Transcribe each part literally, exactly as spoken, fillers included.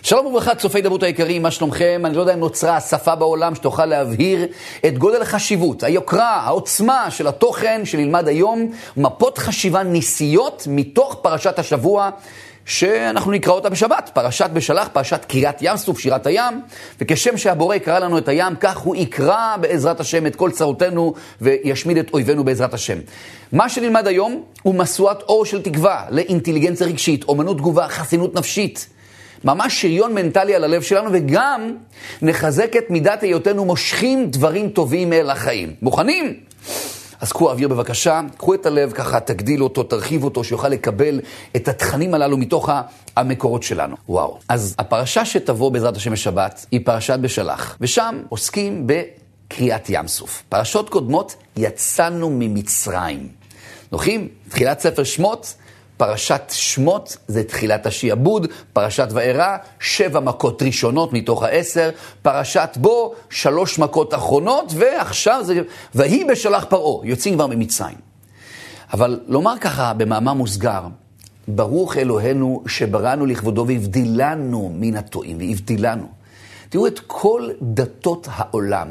שלום וברכה, צופי דברות היקרים, מה שלומכם? אני לא יודע אם נוצרה השפה בעולם שתוכל להבהיר את גודל החשיבות, היוקרה, העוצמה של התוכן שנלמד היום, מפות חשיבה ניסיות מתוך פרשת השבוע שאנחנו נקרא אותה בשבת, פרשת בשלח, פרשת קריאת ים סוף, שירת הים, וכשם שהבורא יקרא לנו את הים, כך הוא יקרא בעזרת השם את כל צרותינו וישמיד את אויבינו בעזרת השם. מה שנלמד היום הוא מסועת אור של תקווה לאינטליגנציה רגשית, אומנות תגובה, חסינות נפשית, ממש שריון מנטלי על הלב שלנו, וגם נחזק את מידת היותנו מושכים דברים טובים אל החיים. מוכנים? אז קחו אוויר בבקשה, קחו את הלב ככה, תגדילו אותו, תרחיב אותו, שיוכל לקבל את התכנים הללו מתוך המקורות שלנו. וואו. אז הפרשה שתבוא בעזרת השם בשבת היא פרשת בשלח, ושם עוסקים בקריאת ים סוף. פרשות קודמות יצאנו ממצרים. זוכרים? תחילת ספר שמות, פרשת שמות זה תחילת השיעבוד, פרשת וארא, שבע מכות ראשונות מתוך העשר, פרשת בו, שלוש מכות אחרונות, ועכשיו זה, והיא בשלח פרעה, יוצאים כבר ממצרים. אבל לומר ככה במאמר מוסגר, ברוך אלוהינו שבראנו לכבודו והבדילנו מן הטועים, והבדילנו. תראו את כל דתות העולם,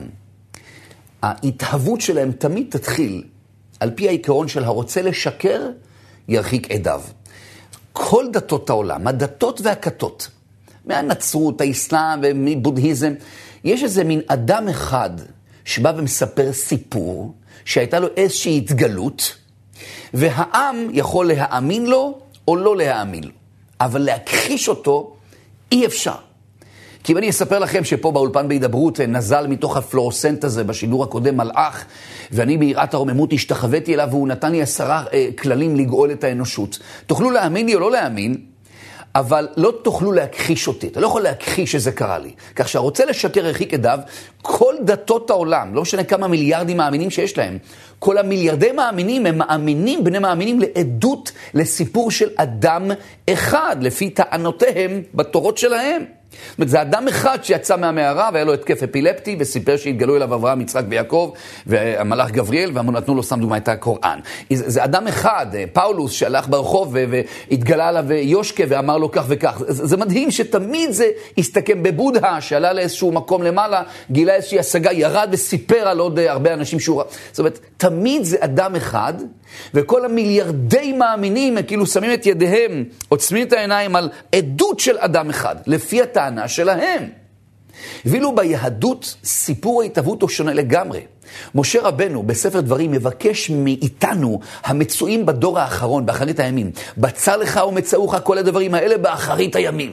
ההתהוות שלהם תמיד תתחיל על פי העיקרון של הרוצה לשקר, ירחיק עדיו. כל דתות העולם, הדתות והכתות, מהנצרות, האסלאם ומבודהיזם, יש איזה מין אדם אחד שבא ומספר סיפור שהייתה לו איזושהי התגלות, והעם יכול להאמין לו או לא להאמין לו. אבל להכחיש אותו אי אפשר. כי אם אני אספר לכם שפה באולפן בהידברות נזל מתוך הפלורסנט הזה בשידור הקודם מלאך, ואני ביראת הרוממות השתחוויתי אליו והוא נתן לי עשרה אה, כללים לגאול את האנושות. תוכלו להאמין לי או לא להאמין, אבל לא תוכלו להכחיש אותי. אתה לא יכול להכחיש שזה קרה לי. כך שהרוצה לשקר ירחיק עדיו, כל דתות העולם, לא משנה כמה מיליארדים מאמינים שיש להם, כל המיליארדי מאמינים הם מאמינים, בני מאמינים לעדות, לסיפור של אדם אחד, לפי טענותיהם בתורות שלהם. זאת אומרת, זה אדם אחד שיצא מהמערה והיה לו התקף אפילפטי וסיפר שהתגלו אליו אברהם, יצחק ויעקב והמלאך גבריאל, ונתנו לו סתם דוגמה את הקוראן. זה אדם אחד, פאולוס, שהלך ברחוב והתגלה עליו יושקה ואמר לו כך וכך. זה מדהים שתמיד זה הסתכם בבודה שעלה לאיזשהו מקום למעלה, גילה איזושהי השגה, ירד וסיפר על עוד הרבה אנשים שהוא... זאת אומרת, תמיד זה אדם אחד, וכל המיליארדי מאמינים כאילו שמים את ידיהם, עוצמים את העיניים על עדות של אדם אחד, לפי הטענה שלהם. ואילו ביהדות סיפור ההתהוות הוא שונה לגמרי. משה רבנו בספר דברים מבקש מאיתנו המצויים בדור האחרון, באחרית הימים, בצר לך ומצאוך כל הדברים האלה באחרית הימים.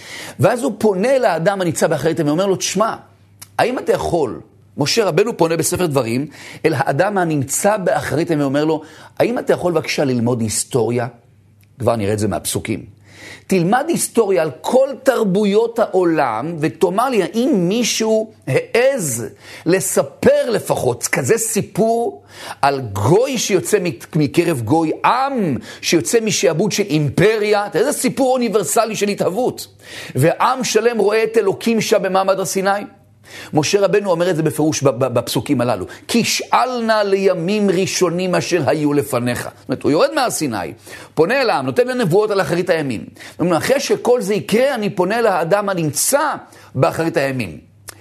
ואז הוא פונה לאדם הניצב באחרית הימים, אומר לו, תשמע, האם אתה יכול... משה רבנו פונה בספר דברים אל האדם הנמצא באחרית הימים, אומר לו, האם אתה יכול בבקשה ללמוד היסטוריה? כבר נראה את זה מהפסוקים. תלמד היסטוריה על כל תרבויות העולם, ותאמר לי, האם מישהו העז לספר לפחות כזה סיפור על גוי שיוצא מקרב גוי, עם שיוצא משעבוד של אימפריה, איזה סיפור אוניברסלי של התהוות. ועם שלם רואה את אלוקים שם במעמד הר סיני. משה רבנו אומר את זה בפירוש בפסוקים הללו. כי שאלנה לימים ראשונים אשר היו לפניך. זאת אומרת, הוא יורד מהר סיני, פונה אל העם, נותן לנבואות על אחרית הימים. אחרי שכל זה יקרה, אני פונה לאדם הנמצא באחרית הימים.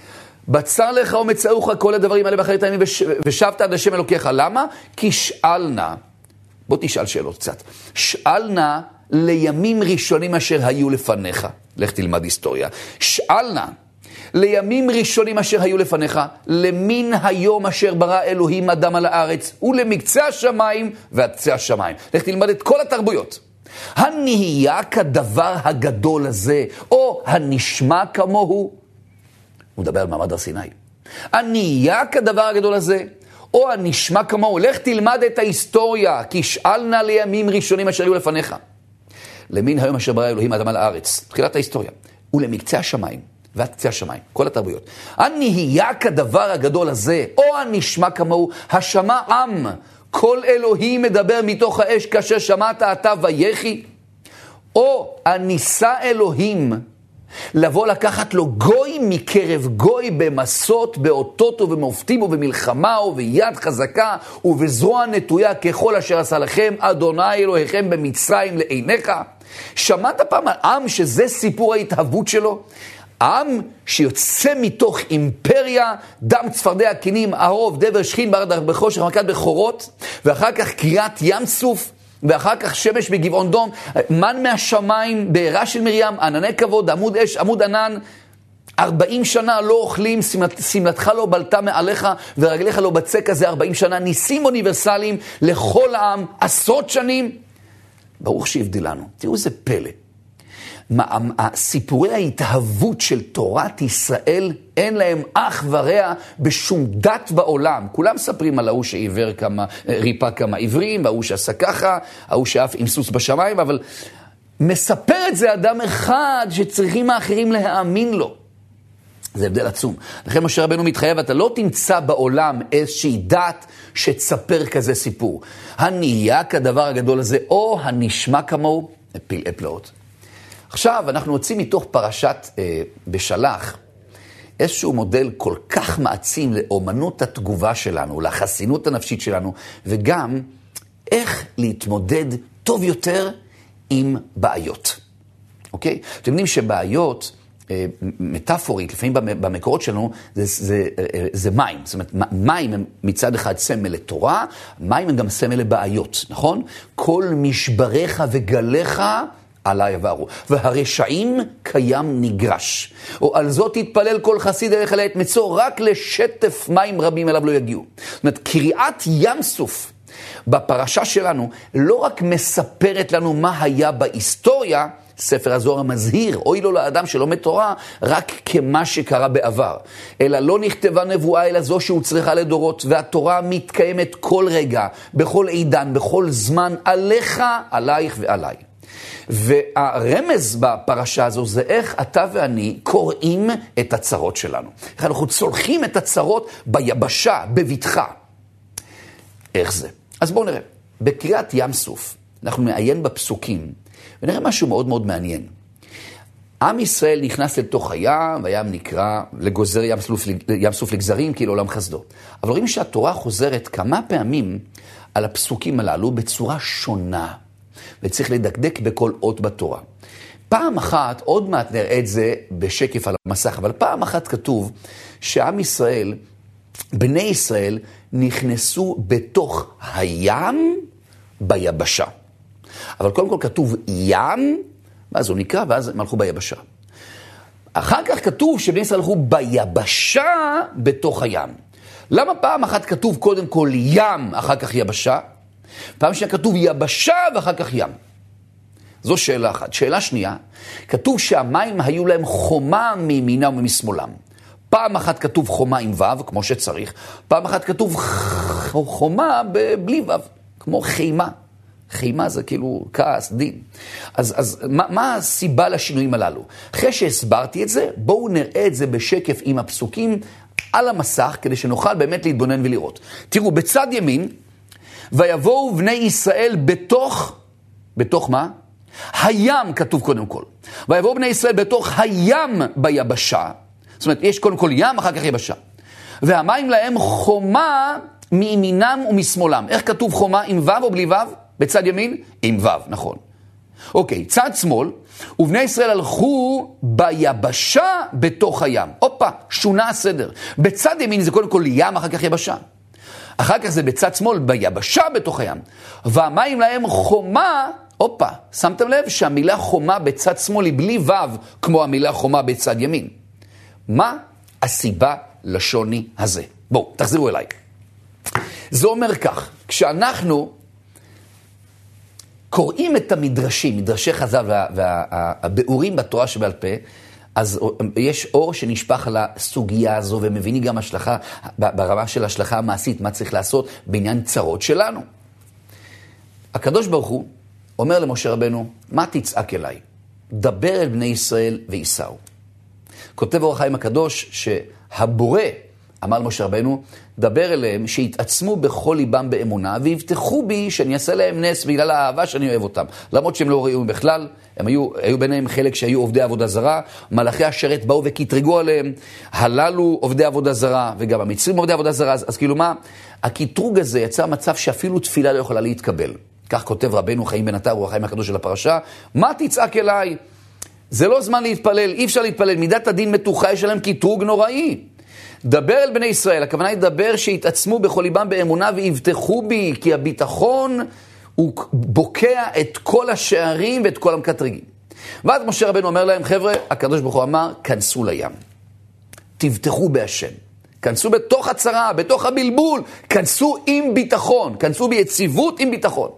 בצר לך ומצאוך כל הדברים האלה באחרית הימים, ושבת עד השם אלוקיך. למה? כי שאלנה, בוא תשאל שאלות קצת. שאלנה לימים ראשונים אשר היו לפניך. לך תלמד היסטוריה. שאלנה. לימים ראשונים אשר היו לפניך, למין היום אשר ברא אלוהים אדם על הארץ, ולמקצה השמיים ועד קצה השמיים. לך תלמד את כל התרבויות. הנהיה כדבר הגדול הזה, או הנשמע כמוהו, הוא מדבר על מעמד הר סיני. הנהיה כדבר הגדול הזה, או הנשמע כמוהו. לך תלמד את ההיסטוריה, כי שאלנה לימים ראשונים אשר היו לפניך. למין היום אשר ברא אלוהים אדם על הארץ, תחילת ההיסטוריה, ולמקצה השמיים. ועד קצה השמיים, כל התרבויות. הנהיה כדבר הגדול הזה, או הנשמע כמוהו, השמע עם, כל אלוהים מדבר מתוך האש, כאשר שמעת אתה ויחי, או הניסה אלוהים לבוא לקחת לו גוי מקרב גוי במסות, באותות ובמופתים ובמלחמה וביד חזקה ובזרוע נטויה ככל אשר עשה לכם אדוני אלוהיכם במצרים לעיניך. שמעת פעם על עם שזה סיפור ההתהוות שלו? עם שיוצא מתוך אימפריה, דם צפרדע קינים, ערוב, דבר שכין, ברד בחושך, מכת בכורות, ואחר כך קריאת ים סוף, ואחר כך שמש בגבעון דום, מן מהשמיים, בעירה של מרים, ענני כבוד, עמוד אש, עמוד ענן, ארבעים שנה לא אוכלים, סמלתך לא בלטה מעליך, ורגליך לא בצק הזה ארבעים שנה, ניסים אוניברסליים לכל העם, עשרות שנים. ברוך שהבדיל לנו. תראו איזה פלא. סיפורי ההתהוות של תורת ישראל אין להם אח ורע בשום דת בעולם. כולם מספרים על ההוא שעיוור כמה, ריפה כמה עיוורים, וההוא שעשה ככה, ההוא שאף עם סוס בשמיים, אבל מספר את זה אדם אחד שצריכים האחרים להאמין לו. זה הבדל עצום. לכן משה רבנו מתחייב, אתה לא תמצא בעולם איזושהי דת שתספר כזה סיפור. הנהיה כדבר הגדול הזה, או הנשמע כמוהו, פלאי פלאות. עכשיו אנחנו יוצאים מתוך פרשת אה, בשלח, איזשהו מודל כל כך מעצים לאומנות התגובה שלנו, לחסינות הנפשית שלנו, וגם איך להתמודד טוב יותר עם בעיות. אוקיי? אתם יודעים שבעיות, אה, מטאפורית, לפעמים במקורות שלנו, זה, זה, אה, זה מים. זאת אומרת, מים הם מצד אחד סמל לתורה, מים הם גם סמל לבעיות, נכון? כל משבריך וגליך, עלי עברו, והרשעים קיים נגרש. או על זאת תתפלל כל חסיד אליך לעת מצוא, רק לשטף מים רבים אליו לא יגיעו. זאת אומרת, קריאת ים סוף בפרשה שלנו לא רק מספרת לנו מה היה בהיסטוריה, ספר הזוהר המזהיר, אוי לו לאדם שלומד תורה, רק כמה שקרה בעבר. אלא לא נכתבה נבואה אלא זו שהוצרכה לדורות, והתורה מתקיימת כל רגע, בכל עידן, בכל זמן, עליך, עלייך ועליי. והרמז בפרשה הזו זה איך אתה ואני קוראים את הצרות שלנו. איך אנחנו צולחים את הצרות ביבשה, בבטחה. איך זה? אז בואו נראה. בקריאת ים סוף, אנחנו נעיין בפסוקים, ונראה משהו מאוד מאוד מעניין. עם ישראל נכנס לתוך הים, והים נקרא לגוזר ים סוף, ים סוף לגזרים, כאילו עולם חסדו. אבל רואים שהתורה חוזרת כמה פעמים על הפסוקים הללו בצורה שונה. וצריך לדקדק בכל אות בתורה. פעם אחת, עוד מעט נראה את זה בשקף על המסך, אבל פעם אחת כתוב שעם ישראל, בני ישראל, נכנסו בתוך הים ביבשה. אבל קודם כל כתוב ים, ואז הוא נקרא, ואז הם הלכו ביבשה. אחר כך כתוב שבני ישראל הלכו ביבשה בתוך הים. למה פעם אחת כתוב קודם כל ים, אחר כך יבשה? פעם שנייה כתוב יבשה ואחר כך ים. זו שאלה אחת. שאלה שנייה, כתוב שהמים היו להם חומה מימינם ומשמאלם. פעם אחת כתוב חומה עם וו, כמו שצריך. פעם אחת כתוב חומה בלי וו, כמו חימה. חימה זה כאילו כעס, דין. אז, אז מה, מה הסיבה לשינויים הללו? אחרי שהסברתי את זה, בואו נראה את זה בשקף עם הפסוקים על המסך, כדי שנוכל באמת להתבונן ולראות. תראו, בצד ימין, ויבואו בני ישראל בתוך, בתוך מה? הים כתוב קודם כל. ויבואו בני ישראל בתוך הים ביבשה. זאת אומרת, יש קודם כל ים, אחר כך יבשה. והמים להם חומה מימינם ומשמאלם. איך כתוב חומה? עם וו או בלי וו? בצד ימין? עם וו, נכון. אוקיי, צד שמאל, ובני ישראל הלכו ביבשה בתוך הים. אופה, שונה הסדר. בצד ימין זה קודם כל ים, אחר כך יבשה. אחר כך זה בצד שמאל, ביבשה בתוך הים. והמים להם חומה, אופה, שמתם לב שהמילה חומה בצד שמאל היא בלי וו, כמו המילה חומה בצד ימין. מה הסיבה לשוני הזה? בואו, תחזירו אליי. זה אומר כך, כשאנחנו קוראים את המדרשים, מדרשי חז"ל והביאורים בתורה שבעל פה, אז יש אור שנשפך על הסוגיה הזו, ומבינים גם השלכה, ברמה של השלכה המעשית, מה צריך לעשות בעניין צרות שלנו. הקדוש ברוך הוא אומר למשה רבנו, מה תצעק אליי? דבר אל בני ישראל ויסעו. כותב אור החיים הקדוש שהבורא אמר משה רבנו, דבר אליהם שיתעצמו בכל ליבם באמונה, ויבטחו בי שאני אעשה להם נס בגלל האהבה שאני אוהב אותם. למרות שהם לא ראויים בכלל, הם היו, היו ביניהם חלק שהיו עובדי עבודה זרה, מלאכי השרת באו וקטרגו עליהם, הללו עובדי עבודה זרה, וגם המצרים עובדי עבודה זרה, אז, אז כאילו מה? הקטרוג הזה יצר מצב שאפילו תפילה לא יכולה להתקבל. כך כותב רבנו חיים בן עטר, הוא החיים הקדוש של הפרשה, מה תצעק אליי? זה לא זמן להתפלל, אי אפשר להתפלל, מידת הדין מתוחה, יש עליהם קטרוג נוראי. דבר אל בני ישראל, הכוונה היא דבר שיתעצמו בכל ליבם באמונה ויבטחו בי, כי הביטחון הוא בוקע את כל השערים ואת כל המקטרגים. ואז משה רבנו אומר להם, חבר'ה, הקדוש ברוך הוא אמר, כנסו לים. תבטחו בהשם. כנסו בתוך הצרה, בתוך הבלבול, כנסו עם ביטחון, כנסו ביציבות עם ביטחון.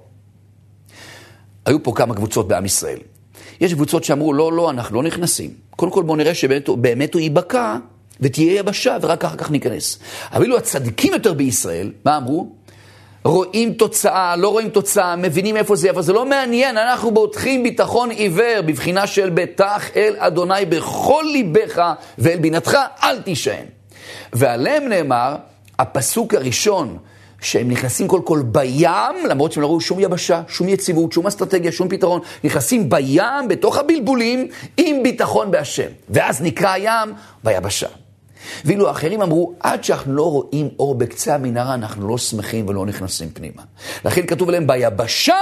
היו פה כמה קבוצות בעם ישראל. יש קבוצות שאמרו, לא, לא, אנחנו לא נכנסים. קודם כל בואו נראה שבאמת הוא ייבקע, ותהיה יבשה, ורק אחר כך ניכנס. אבל הצדיקים יותר בישראל, מה אמרו? רואים תוצאה, לא רואים תוצאה, מבינים איפה זה, אבל זה לא מעניין, אנחנו בוטחים ביטחון עיוור, בבחינה של בטח אל אדוני בכל ליבך, ואל בינתך אל תישען. ועליהם נאמר, הפסוק הראשון, שהם נכנסים כל כל בים, למרות שהם לא ראו שום יבשה, שום יציבות, שום אסטרטגיה, שום פתרון, נכנסים בים, בתוך הבלבולים, עם ביטחון בהשם. ואז נקרא הים ביבשה. ואילו האחרים אמרו, עד שאנחנו לא רואים אור בקצה המנהרה, אנחנו לא שמחים ולא נכנסים פנימה. לכן כתוב עליהם ביבשה,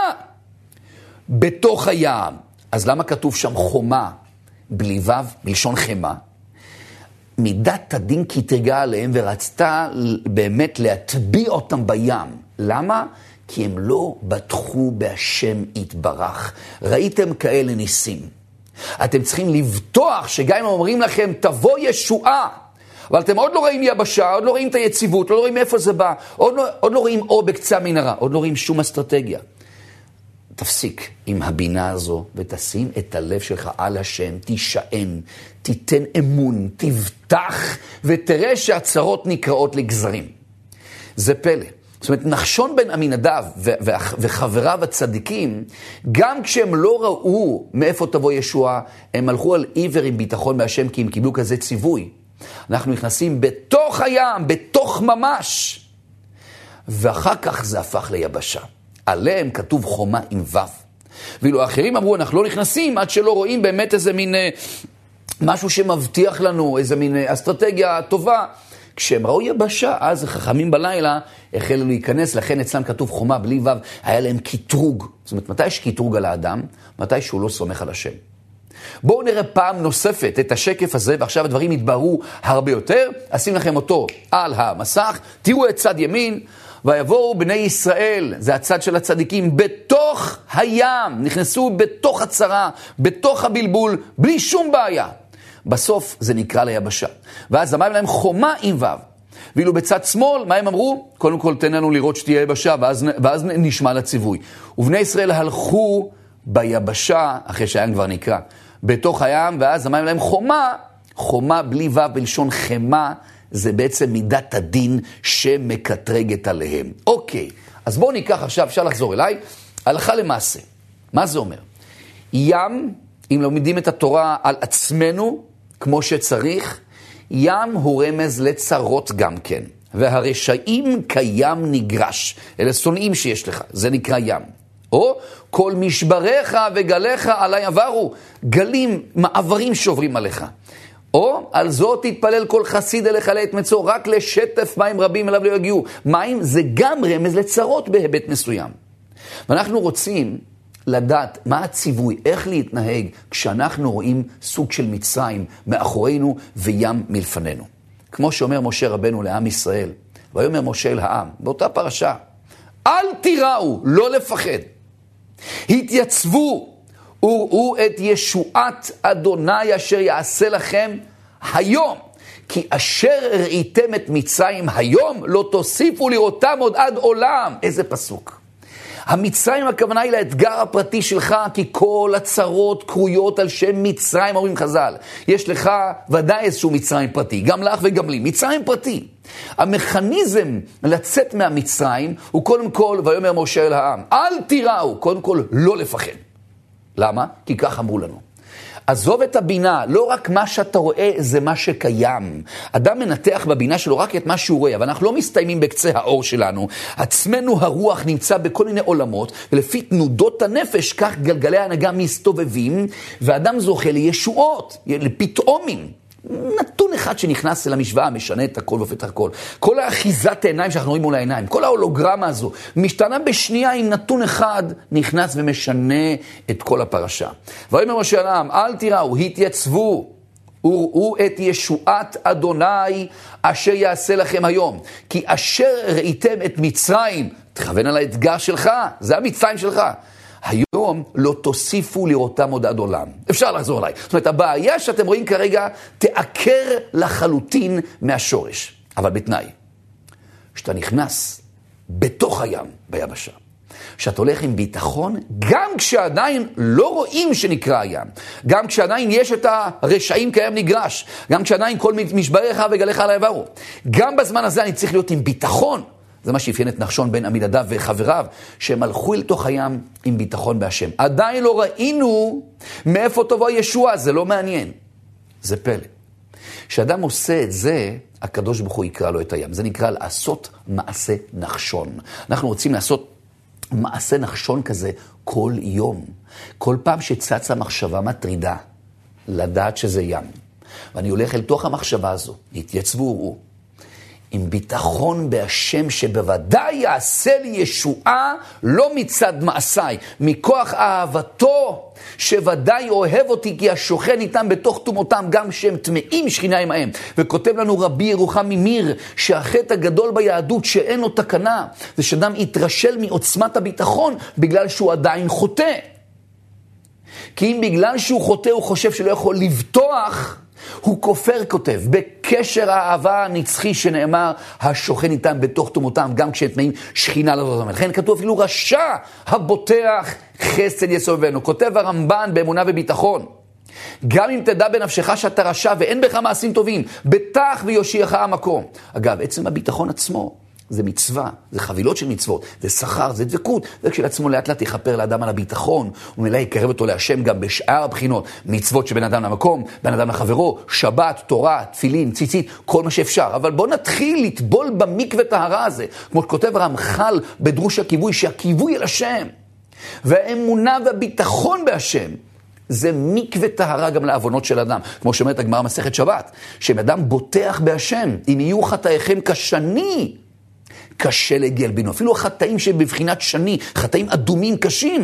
בתוך הים. אז למה כתוב שם חומה, בלי וו, בלשון חמה? מידת הדין קטרגה עליהם ורצתה באמת להטביע אותם בים. למה? כי הם לא בטחו בהשם יתברך. ראיתם כאלה ניסים. אתם צריכים לבטוח שגם אם אומרים לכם, תבוא ישועה, אבל אתם עוד לא רואים יבשה, עוד לא רואים את היציבות, עוד לא רואים איפה זה בא, עוד לא, עוד לא רואים אור בקצה המנהרה, עוד לא רואים שום אסטרטגיה. תפסיק עם הבינה הזו ותשים את הלב שלך על השם, תישען, תיתן אמון, תבטח ותראה שהצרות נקראות לגזרים. זה פלא. זאת אומרת, נחשון בן עמינדב וחבריו הצדיקים, גם כשהם לא ראו מאיפה תבוא ישועה, הם הלכו על עיוור עם ביטחון בהשם, כי הם קיבלו כזה ציווי. אנחנו נכנסים בתוך הים, בתוך ממש, ואחר כך זה הפך ליבשה. עליהם כתוב חומה עם וו. ואילו האחרים אמרו, אנחנו לא נכנסים עד שלא רואים באמת איזה מין משהו שמבטיח לנו, איזה מין אסטרטגיה טובה. כשהם ראו יבשה, אז חכמים בלילה החלו להיכנס, לכן אצלם כתוב חומה בלי וו, היה להם קטרוג. זאת אומרת, מתי יש קטרוג על האדם? מתי שהוא לא סומך על השם. בואו נראה פעם נוספת את השקף הזה, ועכשיו הדברים יתבררו הרבה יותר. אשים לכם אותו על המסך. תראו את צד ימין, ויבואו בני ישראל, זה הצד של הצדיקים, בתוך הים, נכנסו בתוך הצרה, בתוך הבלבול, בלי שום בעיה. בסוף זה נקרא ליבשה. ואז אמר להם חומה עם וו. ואילו בצד שמאל, מה הם אמרו? קודם כל תן לנו לראות שתהיה יבשה, ואז, ואז נשמע לציווי. ובני ישראל הלכו ביבשה, אחרי שהים כבר נקרא, בתוך הים, ואז אמר להם חומה, חומה בלי וו בלשון חמה, זה בעצם מידת הדין שמקטרגת עליהם. אוקיי, אז בואו ניקח עכשיו, אפשר לחזור אליי, הלכה למעשה. מה זה אומר? ים, אם לומדים את התורה על עצמנו, כמו שצריך, ים הוא רמז לצרות גם כן. והרשעים כים נגרש. אלה שונאים שיש לך, זה נקרא ים. או כל משבריך וגליך עלי עברו, גלים, מעברים שוברים עליך. או על זאת תתפלל כל חסיד אליך לעת מצוא, רק לשטף מים רבים אליו לא יגיעו. מים זה גם רמז לצרות בהיבט מסוים. ואנחנו רוצים לדעת מה הציווי, איך להתנהג כשאנחנו רואים סוג של מצרים מאחורינו וים מלפנינו. כמו שאומר משה רבנו לעם ישראל, ויאמר משה אל העם, באותה פרשה, אל תיראו, לא לפחד. התייצבו, וראו את ישועת אדוני אשר יעשה לכם היום. כי אשר ראיתם את מצרים היום, לא תוסיפו לראותם עוד עד עולם. איזה פסוק. המצרים הכוונה היא לאתגר הפרטי שלך, כי כל הצרות קרויות על שם מצרים, אומרים חז"ל. יש לך ודאי איזשהו מצרים פרטי, גם לך וגם לי, מצרים פרטי. המכניזם לצאת מהמצרים הוא קודם כל, ויאמר משה אל העם, אל תיראו, קודם כל לא לפחד. למה? כי כך אמרו לנו. עזוב את הבינה, לא רק מה שאתה רואה זה מה שקיים. אדם מנתח בבינה שלו רק את מה שהוא רואה, אבל אנחנו לא מסתיימים בקצה האור שלנו. עצמנו הרוח נמצא בכל מיני עולמות, ולפי תנודות הנפש, כך גלגלי ההנהגה מסתובבים, ואדם זוכה לישועות, לפתאומים. נתון אחד שנכנס אל המשוואה, משנה את הכל והופך את הכל. כל האחיזת העיניים שאנחנו רואים מול העיניים, כל ההולוגרמה הזו, משתנה בשנייה עם נתון אחד, נכנס ומשנה את כל הפרשה. ויאמר משה לעם, אל תיראו, התייצבו, וראו את ישועת אדוני אשר יעשה לכם היום. כי אשר ראיתם את מצרים, תכוון על האתגר שלך, זה המצרים שלך. היום לא תוסיפו לראותם עוד עד עולם. אפשר לחזור עליי. זאת אומרת, הבעיה שאתם רואים כרגע תעקר לחלוטין מהשורש. אבל בתנאי, שאתה נכנס בתוך הים, ביבשה. שאתה הולך עם ביטחון, גם כשעדיין לא רואים שנקרא הים. גם כשעדיין יש את הרשעים קיים נגרש. גם כשעדיין כל משבריך וגליך על העברו. גם בזמן הזה אני צריך להיות עם ביטחון. זה מה שאפיין את נחשון בן עמינדב וחבריו, שהם הלכו אל תוך הים עם ביטחון בהשם. עדיין לא ראינו מאיפה תבוא ישוע, זה לא מעניין. זה פלא. כשאדם עושה את זה, הקדוש ברוך הוא יקרא לו את הים. זה נקרא לעשות מעשה נחשון. אנחנו רוצים לעשות מעשה נחשון כזה כל יום. כל פעם שצצה מחשבה מטרידה, לדעת שזה ים. ואני הולך אל תוך המחשבה הזו, התייצבו וראו. עם ביטחון בהשם שבוודאי יעשה לי ישועה, לא מצד מעשיי, מכוח אהבתו, שוודאי אוהב אותי, כי השוכן איתם בתוך תומותם, גם שהם טמאים שכינה עמהם. וכותב לנו רבי ירוחם ממיר, שהחטא הגדול ביהדות שאין לו תקנה, זה שאדם יתרשל מעוצמת הביטחון, בגלל שהוא עדיין חוטא. כי אם בגלל שהוא חוטא הוא חושב שלא יכול לבטוח, הוא כופר, כותב, בקשר האהבה הנצחי שנאמר, השוכן איתם בתוך תומותם, גם כשהם טמאים שכינה לא תאמר. לכן כתוב אפילו רשע הבוטח חסד יסובבנו. כותב הרמב"ן באמונה וביטחון, גם אם תדע בנפשך שאתה רשע ואין בך מעשים טובים, בטח ויושיעך המקום. אגב, עצם הביטחון עצמו, זה מצווה, זה חבילות של מצוות, זה שכר, זה דבקות, וכשלעצמו לאט לאט יחפר לאדם על הביטחון, ומלא יקרב אותו להשם גם בשאר הבחינות, מצוות שבין אדם למקום, בין אדם לחברו, שבת, תורה, תפילין, ציצית, כל מה שאפשר. אבל בוא נתחיל לטבול במקווה טהרה הזה, כמו שכותב רמח"ל בדרוש הכיווי, שהכיווי אל השם, והאמונה והביטחון בהשם, זה מקווה טהרה גם לעוונות של אדם. כמו שאומרת הגמרא מסכת שבת, שאדם בוטח בהשם, אם יהיו חטאיכם כשני, כשלג ילבינו. אפילו החטאים שבבחינת שני, חטאים אדומים קשים,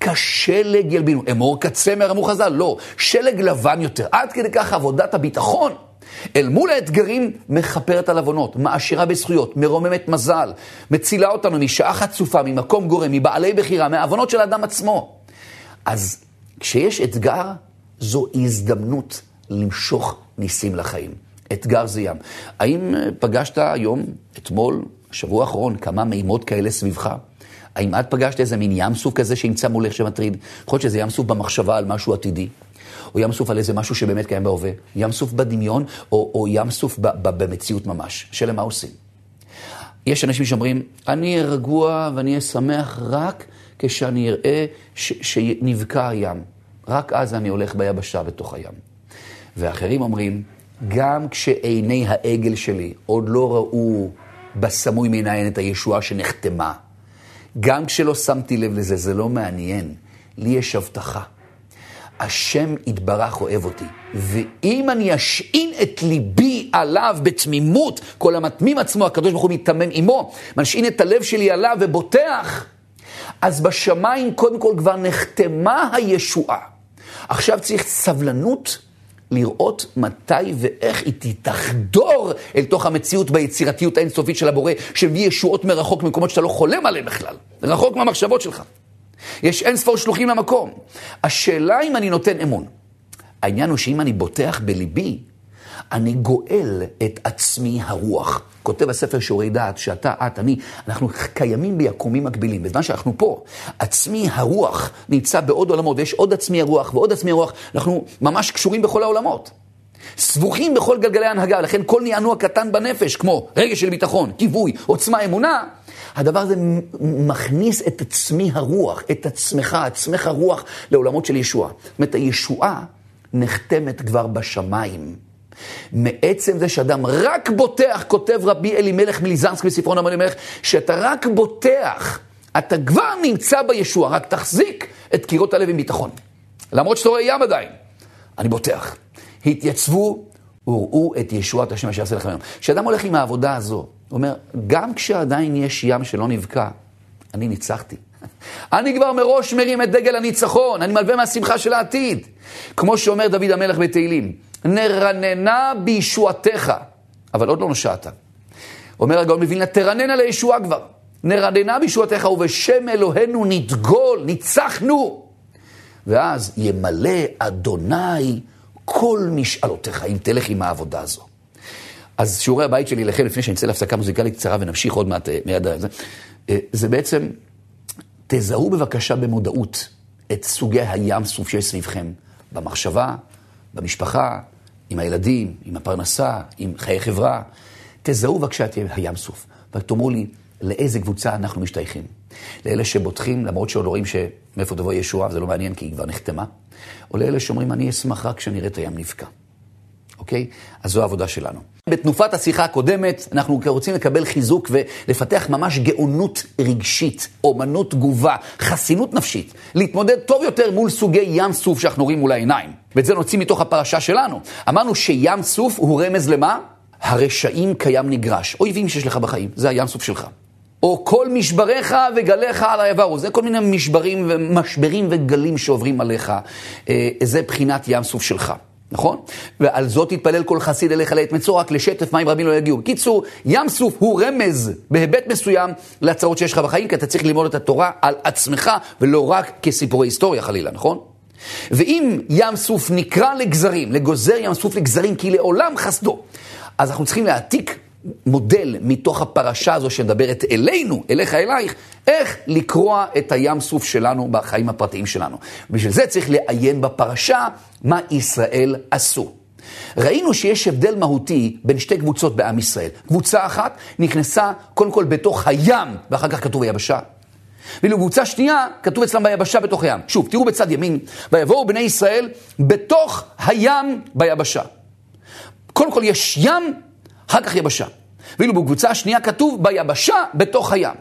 כשלג ילבינו. אמור כצמר, אמור חז"ל, לא. שלג לבן יותר. עד כדי כך עבודת הביטחון. אל מול האתגרים מחפרת על עוונות, מעשירה בזכויות, מרוממת מזל, מצילה אותנו משעה חצופה, ממקום גורם, מבעלי בחירה, מהעוונות של האדם עצמו. אז כשיש אתגר, זו הזדמנות למשוך ניסים לחיים. אתגר זה ים. האם פגשת היום, אתמול, השבוע האחרון, כמה מימות כאלה סביבך? האם את פגשת איזה מין ים סוף כזה שימצא מולך שמטריד? יכול להיות שזה ים סוף במחשבה על משהו עתידי, או ים סוף על איזה משהו שבאמת קיים בהווה, ים סוף בדמיון, או, או ים סוף ב, ב, במציאות ממש. שאלה מה עושים? יש אנשים שאומרים, אני אהיה רגוע ואני אהיה שמח רק כשאני אראה ש, שנבקע הים. רק אז אני הולך ביבשה בתוך הים. ואחרים אומרים, גם כשעיני העגל שלי עוד לא ראו בסמוי מעין את הישועה שנחתמה, גם כשלא שמתי לב לזה, זה לא מעניין. לי יש הבטחה. השם יתברך אוהב אותי. ואם אני אשעין את ליבי עליו בתמימות, כל המתמים עצמו, הקדוש ברוך הוא מתמם עמו, משעין את הלב שלי עליו ובוטח, אז בשמיים קודם כל כבר נחתמה הישועה. עכשיו צריך סבלנות לראות מתי ואיך היא תתחדור אל תוך המציאות ביצירתיות האינסופית של הבורא, שמביא ישועות מרחוק ממקומות שאתה לא חולם עליהם בכלל, רחוק מהמחשבות שלך. יש אין ספור שלוחים למקום. השאלה אם אני נותן אמון. העניין הוא שאם אני בוטח בליבי, אני גואל את עצמי הרוח. כותב הספר שיעורי דעת שאתה, את, אני, אנחנו קיימים ביקומים מקבילים. בזמן שאנחנו פה, עצמי הרוח נמצא בעוד עולמות, ויש עוד עצמי הרוח ועוד עצמי הרוח. אנחנו ממש קשורים בכל העולמות. סבוכים בכל גלגלי ההנהגה, לכן כל נענוע קטן בנפש, כמו רגש של ביטחון, כיווי, עוצמה, אמונה, הדבר הזה מכניס את עצמי הרוח, את עצמך, עצמך הרוח לעולמות של ישועה. זאת אומרת, הישועה נחתמת כבר בשמיים. מעצם זה שאדם רק בוטח, כותב רבי אלימלך מליזנסק בספרון המלך, שאתה רק בוטח, אתה כבר נמצא בישוע, רק תחזיק את קירות הלב עם ביטחון. למרות שאתה רואה ים עדיין, אני בוטח. התייצבו וראו את ישועת השם אשר יעשה לכם היום. כשאדם הולך עם העבודה הזו, הוא אומר, גם כשעדיין יש ים שלא נבקע, אני ניצחתי. אני כבר מראש מרים את דגל הניצחון, אני מלווה מהשמחה של העתיד. כמו שאומר דוד המלך בתהילים, נרננה בישועתך, אבל עוד לא נושעת. אומר הגאון מווילנה, תרננה לישועה כבר. נרננה בישועתך ובשם אלוהינו נדגול, ניצחנו. ואז ימלא אדוני כל משאלותיך, אם תלך עם העבודה הזו. אז שיעורי הבית שלי לכם, לפני שנצא להפסקה מוזיקלית קצרה ונמשיך עוד מעט מיד הזה, זה בעצם, תזהו בבקשה במודעות את סוגי הים סוף שיש סביבכם, במחשבה, במשפחה, עם הילדים, עם הפרנסה, עם חיי חברה. תזהו בבקשה את הים סוף, ותאמרו לי לאיזה קבוצה אנחנו משתייכים. לאלה שבוטחים, למרות שעוד רואים שמאיפה תבוא ישועה, זה לא מעניין כי היא כבר נחתמה, או לאלה שאומרים אני אשמח רק כשנראה את הים נבקע. אוקיי? אז זו העבודה שלנו. בתנופת השיחה הקודמת, אנחנו רוצים לקבל חיזוק ולפתח ממש גאונות רגשית, אומנות תגובה, חסינות נפשית, להתמודד טוב יותר מול סוגי ים סוף שאנחנו רואים מול העיניים. ואת זה נוציא מתוך הפרשה שלנו. אמרנו שים סוף הוא רמז למה? הרשעים קיים נגרש. אויבים שיש לך בחיים, זה הים סוף שלך. או כל משבריך וגליך על העברו. זה כל מיני משברים ומשברים וגלים שעוברים עליך. זה בחינת ים סוף שלך. נכון? ועל זאת תתפלל כל חסיד אליך לעת מצוא, רק לשטף מים רבים לא יגיעו. בקיצור, ים סוף הוא רמז בהיבט מסוים להצעות שיש לך בחיים, כי אתה צריך ללמוד את התורה על עצמך, ולא רק כסיפורי היסטוריה חלילה, נכון? ואם ים סוף נקרא לגזרים, לגוזר ים סוף לגזרים, כי לעולם חסדו, אז אנחנו צריכים להעתיק מודל מתוך הפרשה הזו שמדברת אלינו, אליך אלייך, איך לקרוע את הים סוף שלנו בחיים הפרטיים שלנו. בשביל זה צריך לעיין בפרשה מה ישראל עשו. ראינו שיש הבדל מהותי בין שתי קבוצות בעם ישראל. קבוצה אחת נכנסה קודם כל בתוך הים, ואחר כך כתוב היבשה. ואילו קבוצה שנייה כתוב אצלם ביבשה בתוך הים. שוב, תראו בצד ימין, ויבואו בני ישראל בתוך הים ביבשה. קודם כל יש ים, אחר כך יבשה. ואילו בקבוצה השנייה כתוב ביבשה בתוך הים.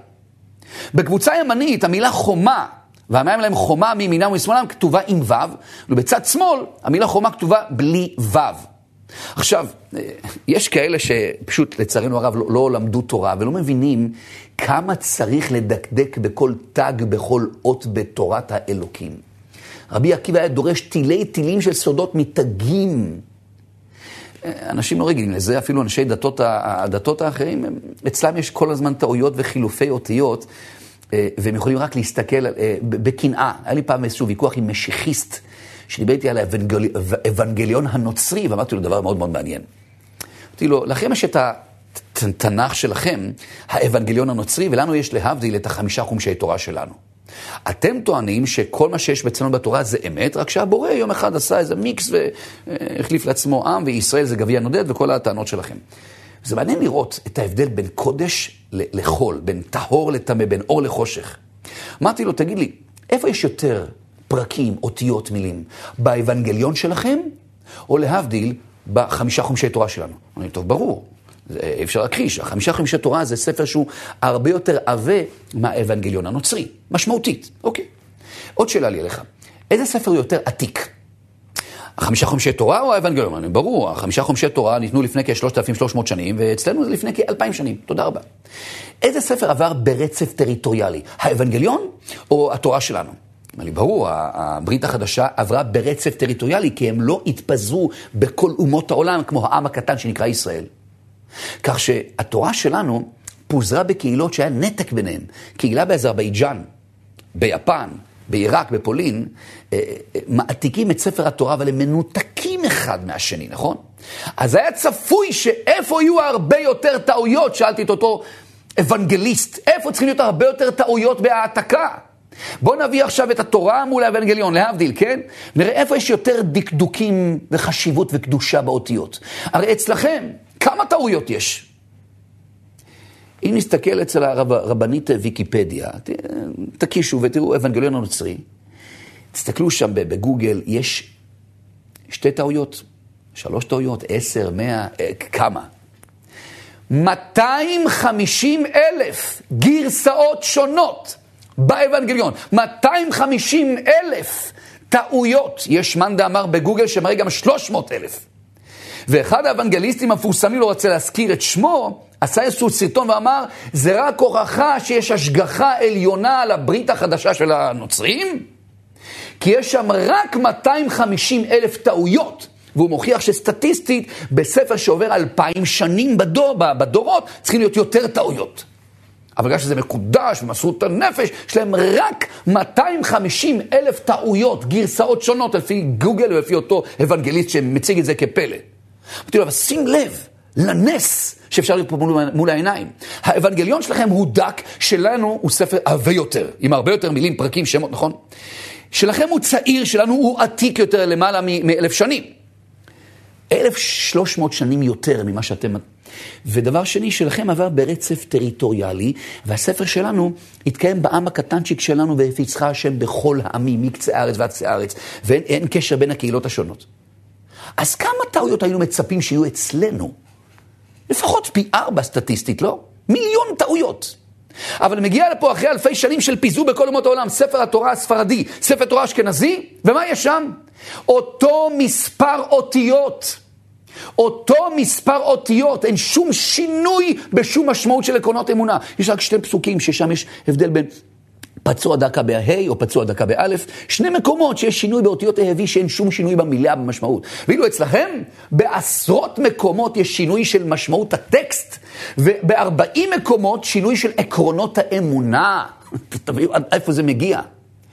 בקבוצה ימנית המילה חומה, והמים להם חומה מימינם ומשמאלם כתובה עם ו', ובצד שמאל המילה חומה כתובה בלי ו'. עכשיו, יש כאלה שפשוט לצערנו הרב לא, לא למדו תורה ולא מבינים כמה צריך לדקדק בכל תג, בכל אות בתורת האלוקים. רבי עקיבא היה דורש תילי תילים של סודות מתגים. אנשים לא רגילים לזה, אפילו אנשי דתות, הדתות האחרים, אצלם יש כל הזמן טעויות וחילופי אותיות, והם יכולים רק להסתכל בקנאה. היה לי פעם איזשהו ויכוח עם משיחיסט, שדיברתי על האבנגליון הנוצרי, ואמרתי לו דבר מאוד מאוד מעניין. אמרתי לו, לכם יש את התנ"ך שלכם, האבנגליון הנוצרי, ולנו יש להבדיל את החמישה חומשי תורה שלנו. אתם טוענים שכל מה שיש בצלנו בתורה זה אמת, רק שהבורא יום אחד עשה איזה מיקס והחליף לעצמו עם, וישראל זה גביע נודד וכל הטענות שלכם. זה מעניין לראות את ההבדל בין קודש לחול, בין טהור לטמא, בין אור לחושך. אמרתי לו, תגיד לי, איפה יש יותר פרקים, אותיות, מילים? באבנגליון שלכם, או להבדיל בחמישה חומשי תורה שלנו? אני טוב, ברור. אפשר להכחיש, החמישה חומשי תורה זה ספר שהוא הרבה יותר עבה מהאבנגליון הנוצרי, משמעותית. אוקיי. עוד שאלה לי אליך, איזה ספר הוא יותר עתיק? החמישה חומשי תורה או האבנגליון? ברור, החמישה חומשי תורה ניתנו לפני כ-שלושת אלפים ושלוש מאות שנים, ואצלנו זה לפני כ-אלפיים שנים. תודה רבה. איזה ספר עבר ברצף טריטוריאלי? האבנגליון או התורה שלנו? אמר לי, ברור, הברית החדשה עברה ברצף טריטוריאלי, כי הם לא התפזרו בכל אומות העולם, כמו העם הקטן שנקרא ישראל. כך שהתורה שלנו פוזרה בקהילות שהיה נתק ביניהם. קהילה באזרבייג'אן, ביפן, בעיראק, בפולין, מעתיקים את ספר התורה, אבל הם מנותקים אחד מהשני, נכון? אז היה צפוי שאיפה יהיו הרבה יותר טעויות, שאלתי את אותו אבנגליסט, איפה צריכים להיות הרבה יותר טעויות בהעתקה? בוא נביא עכשיו את התורה מול האבנגליון, להבדיל, כן? נראה איפה יש יותר דקדוקים וחשיבות וקדושה באותיות. הרי אצלכם, כמה טעויות יש? אם נסתכל אצל הרבנית ויקיפדיה, תקישו ותראו אבנגליון הנוצרי, תסתכלו שם בגוגל, יש שתי טעויות, שלוש טעויות, עשר, מאה, כמה? מאתיים וחמישים אלף גרסאות שונות באבנגליון, מאתיים וחמישים אלף טעויות. יש מאן דאמר בגוגל שמראה גם שלוש מאות אלף. ואחד האבנגליסטים המפורסמים, לא רוצה להזכיר את שמו, עשה איזשהו סרטון ואמר, זה רק הוכחה שיש השגחה עליונה על הברית החדשה של הנוצרים, כי יש שם רק מאתיים וחמישים אלף טעויות, והוא מוכיח שסטטיסטית בספר שעובר אלפיים שנים בדור, בדורות, צריכים להיות יותר טעויות. אבל בגלל שזה מקודש ומסרות הנפש, יש להם רק מאתיים וחמישים אלף טעויות, גרסאות שונות, לפי גוגל ולפי אותו אבנגליסט שמציג את זה כפלא. אמרתי לו, אבל שים לב לנס שאפשר להיות פה מול, מול העיניים. האבנגליון שלכם הוא דק, שלנו הוא ספר הרבה יותר, עם הרבה יותר מילים, פרקים, שמות, נכון? שלכם הוא צעיר, שלנו הוא עתיק יותר, למעלה מאלף שנים. אלף שלוש מאות שנים יותר ממה שאתם... ודבר שני, שלכם עבר ברצף טריטוריאלי, והספר שלנו התקיים בעם הקטנצ'יק שלנו, והפיצך השם בכל העמים, מקצה הארץ ועד קצה הארץ, ואין קשר בין הקהילות השונות. אז כמה טעויות היינו מצפים שיהיו אצלנו? לפחות פי ארבע סטטיסטית, לא? מיליון טעויות. אבל מגיע לפה אחרי אלפי שנים של פיזור בכל אומות העולם, ספר התורה הספרדי, ספר תורה אשכנזי, ומה יש שם? אותו מספר אותיות. אותו מספר אותיות, אין שום שינוי בשום משמעות של עקרונות אמונה. יש רק שתי פסוקים ששם יש הבדל בין פצוע דקה בה' או פצוע דקה באלף, שני מקומות שיש שינוי באותיות ההביא שאין שום שינוי במילה במשמעות. ואילו אצלכם, בעשרות מקומות יש שינוי של משמעות הטקסט, וב-ארבעים מקומות שינוי של עקרונות האמונה. תביאו עד איפה זה מגיע.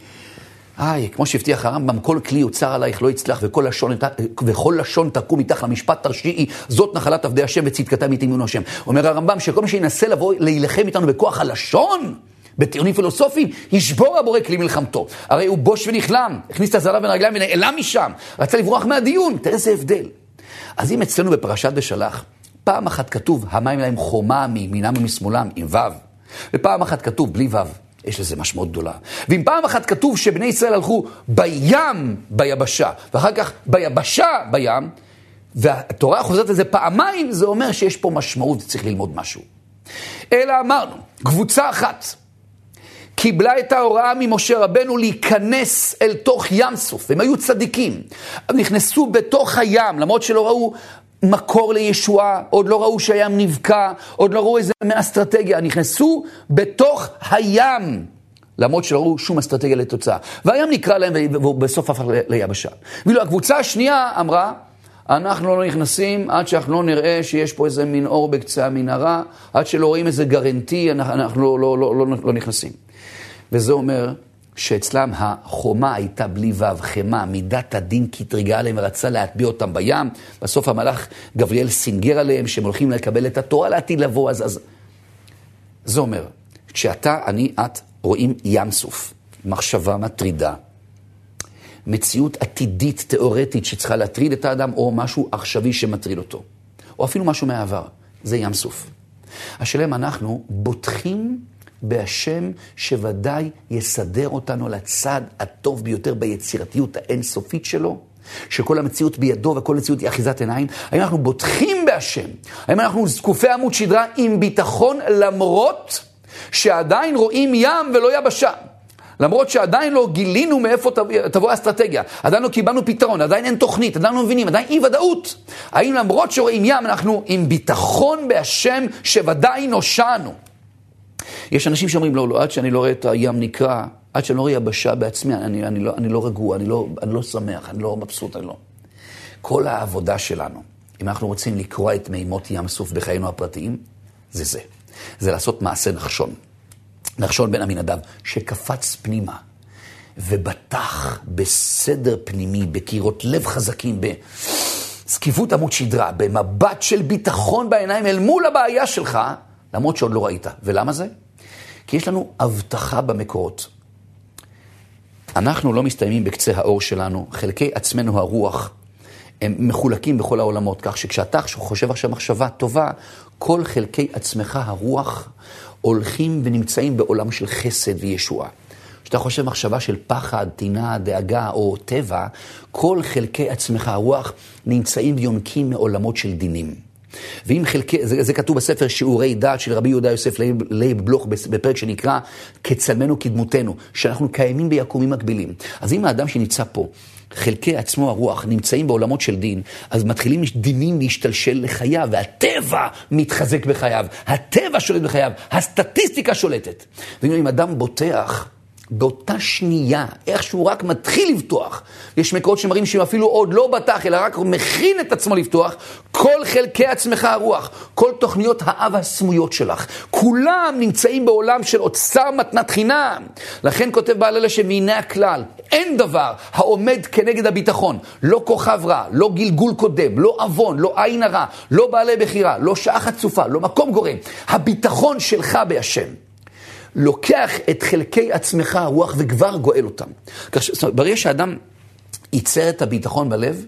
איי, כמו שהבטיח הרמב"ם, כל כלי יוצר עלייך לא יצלח, וכל לשון, וכל לשון תקום מתח למשפט תרשיעי, זאת נחלת עבדי השם וצדקתם יתאמנו השם. אומר הרמב"ם שכל מי שינסה לבוא להילחם איתנו בכוח הלשון, בטיעונים פילוסופיים, ישבור הבורא כלי מלחמתו. הרי הוא בוש ונכלם, הכניס את הזרע בין הרגליים ונעלם משם, רצה לברוח מהדיון, תראה איזה הבדל. אז אם אצלנו בפרשת בשלח, פעם אחת כתוב, המים להם חומה מימינם ומשמאלם, עם וו, ופעם אחת כתוב בלי וו. יש לזה משמעות גדולה. ואם פעם אחת כתוב שבני ישראל הלכו בים ביבשה, ואחר כך ביבשה בים, והתורה חוזרת לזה פעמיים, זה אומר שיש פה משמעות וצריך ללמוד משהו. אלא אמרנו, קבוצה אחת, קיבלה את ההוראה ממשה רבנו להיכנס אל תוך ים סוף. הם היו צדיקים. הם נכנסו בתוך הים, למרות שלא ראו מקור לישועה, עוד לא ראו שהים נבקע, עוד לא ראו איזה מאסטרטגיה. נכנסו בתוך הים, למרות שלא ראו שום אסטרטגיה לתוצאה. והים נקרא להם ובסוף הפך ליבשה. ואילו הקבוצה השנייה אמרה, אנחנו לא נכנסים עד שאנחנו לא נראה שיש פה איזה מין אור בקצה המנהרה, עד שלא רואים איזה גרנטי, אנחנו לא, לא, לא, לא, לא נכנסים. וזה אומר שאצלם החומה הייתה בלי וו, חמה, מידת הדין כתריגה עליהם ורצה להטביע אותם בים. בסוף המלאך גבריאל סינגר עליהם שהם הולכים לקבל את התורה לעתיד לבוא. אז, אז... זה אומר, כשאתה, אני, את רואים ים סוף, מחשבה מטרידה, מציאות עתידית, תיאורטית שצריכה להטריד את האדם, או משהו עכשווי שמטריד אותו, או אפילו משהו מהעבר, זה ים סוף. השאלה אם אנחנו בוטחים בהשם שוודאי יסדר אותנו לצד הטוב ביותר ביצירתיות האינסופית שלו, שכל המציאות בידו וכל המציאות היא אחיזת עיניים. האם אנחנו בוטחים בהשם? האם אנחנו זקופי עמוד שדרה עם ביטחון למרות שעדיין רואים ים ולא יבשה? למרות שעדיין לא גילינו מאיפה תבוא האסטרטגיה, עדיין לא קיבלנו פתרון, עדיין אין תוכנית, עדיין לא מבינים, עדיין אי ודאות. האם למרות שרואים ים אנחנו עם ביטחון בהשם שוודאי נושענו? יש אנשים שאומרים, לא, לא, עד שאני לא רואה את הים נקרא, עד שאני לא רואה יבשה בעצמי, אני, אני, לא, אני לא רגוע, אני לא, אני לא שמח, אני לא מבסוט, אני לא. כל העבודה שלנו, אם אנחנו רוצים לקרוא את מימות ים סוף בחיינו הפרטיים, זה זה. זה לעשות מעשה נחשון. נחשון בן עמינדב, שקפץ פנימה, ובטח בסדר פנימי, בקירות לב חזקים, בסקיפות עמוד שדרה, במבט של ביטחון בעיניים אל מול הבעיה שלך, למרות שעוד לא ראית. ולמה זה? כי יש לנו הבטחה במקורות. אנחנו לא מסתיימים בקצה האור שלנו, חלקי עצמנו הרוח, הם מחולקים בכל העולמות, כך שכשאתה חושב עכשיו מחשבה טובה, כל חלקי עצמך הרוח הולכים ונמצאים בעולם של חסד וישועה. כשאתה חושב מחשבה של פחד, טינה, דאגה או טבע, כל חלקי עצמך הרוח נמצאים ויונקים מעולמות של דינים. ואם חלקי, זה, זה כתוב בספר שיעורי דעת של רבי יהודה יוסף לייב בלוך בפרק שנקרא כצלמנו כדמותנו, שאנחנו קיימים ביקומים מקבילים. אז אם האדם שנמצא פה, חלקי עצמו הרוח נמצאים בעולמות של דין, אז מתחילים דינים להשתלשל לחייו, והטבע מתחזק בחייו, הטבע שולט בחייו, הסטטיסטיקה שולטת. ואם אדם בוטח, באותה שנייה, איך שהוא רק מתחיל לפתוח, יש מקורות שמראים שהוא אפילו עוד לא בטח, אלא רק מכין את עצמו לפתוח, כל חלקי עצמך הרוח, כל תוכניות האב הסמויות שלך, כולם נמצאים בעולם של אוצר מתנת חינם. לכן כותב בעל הלשם, והנה הכלל, אין דבר העומד כנגד הביטחון, לא כוכב רע, לא גלגול קודם, לא אבון, לא עין הרע, לא בעלי בחירה, לא שעה חצופה, לא מקום גורם. הביטחון שלך בהשם. לוקח את חלקי עצמך הרוח וכבר גואל אותם. ברגע שהאדם ייצר את הביטחון בלב,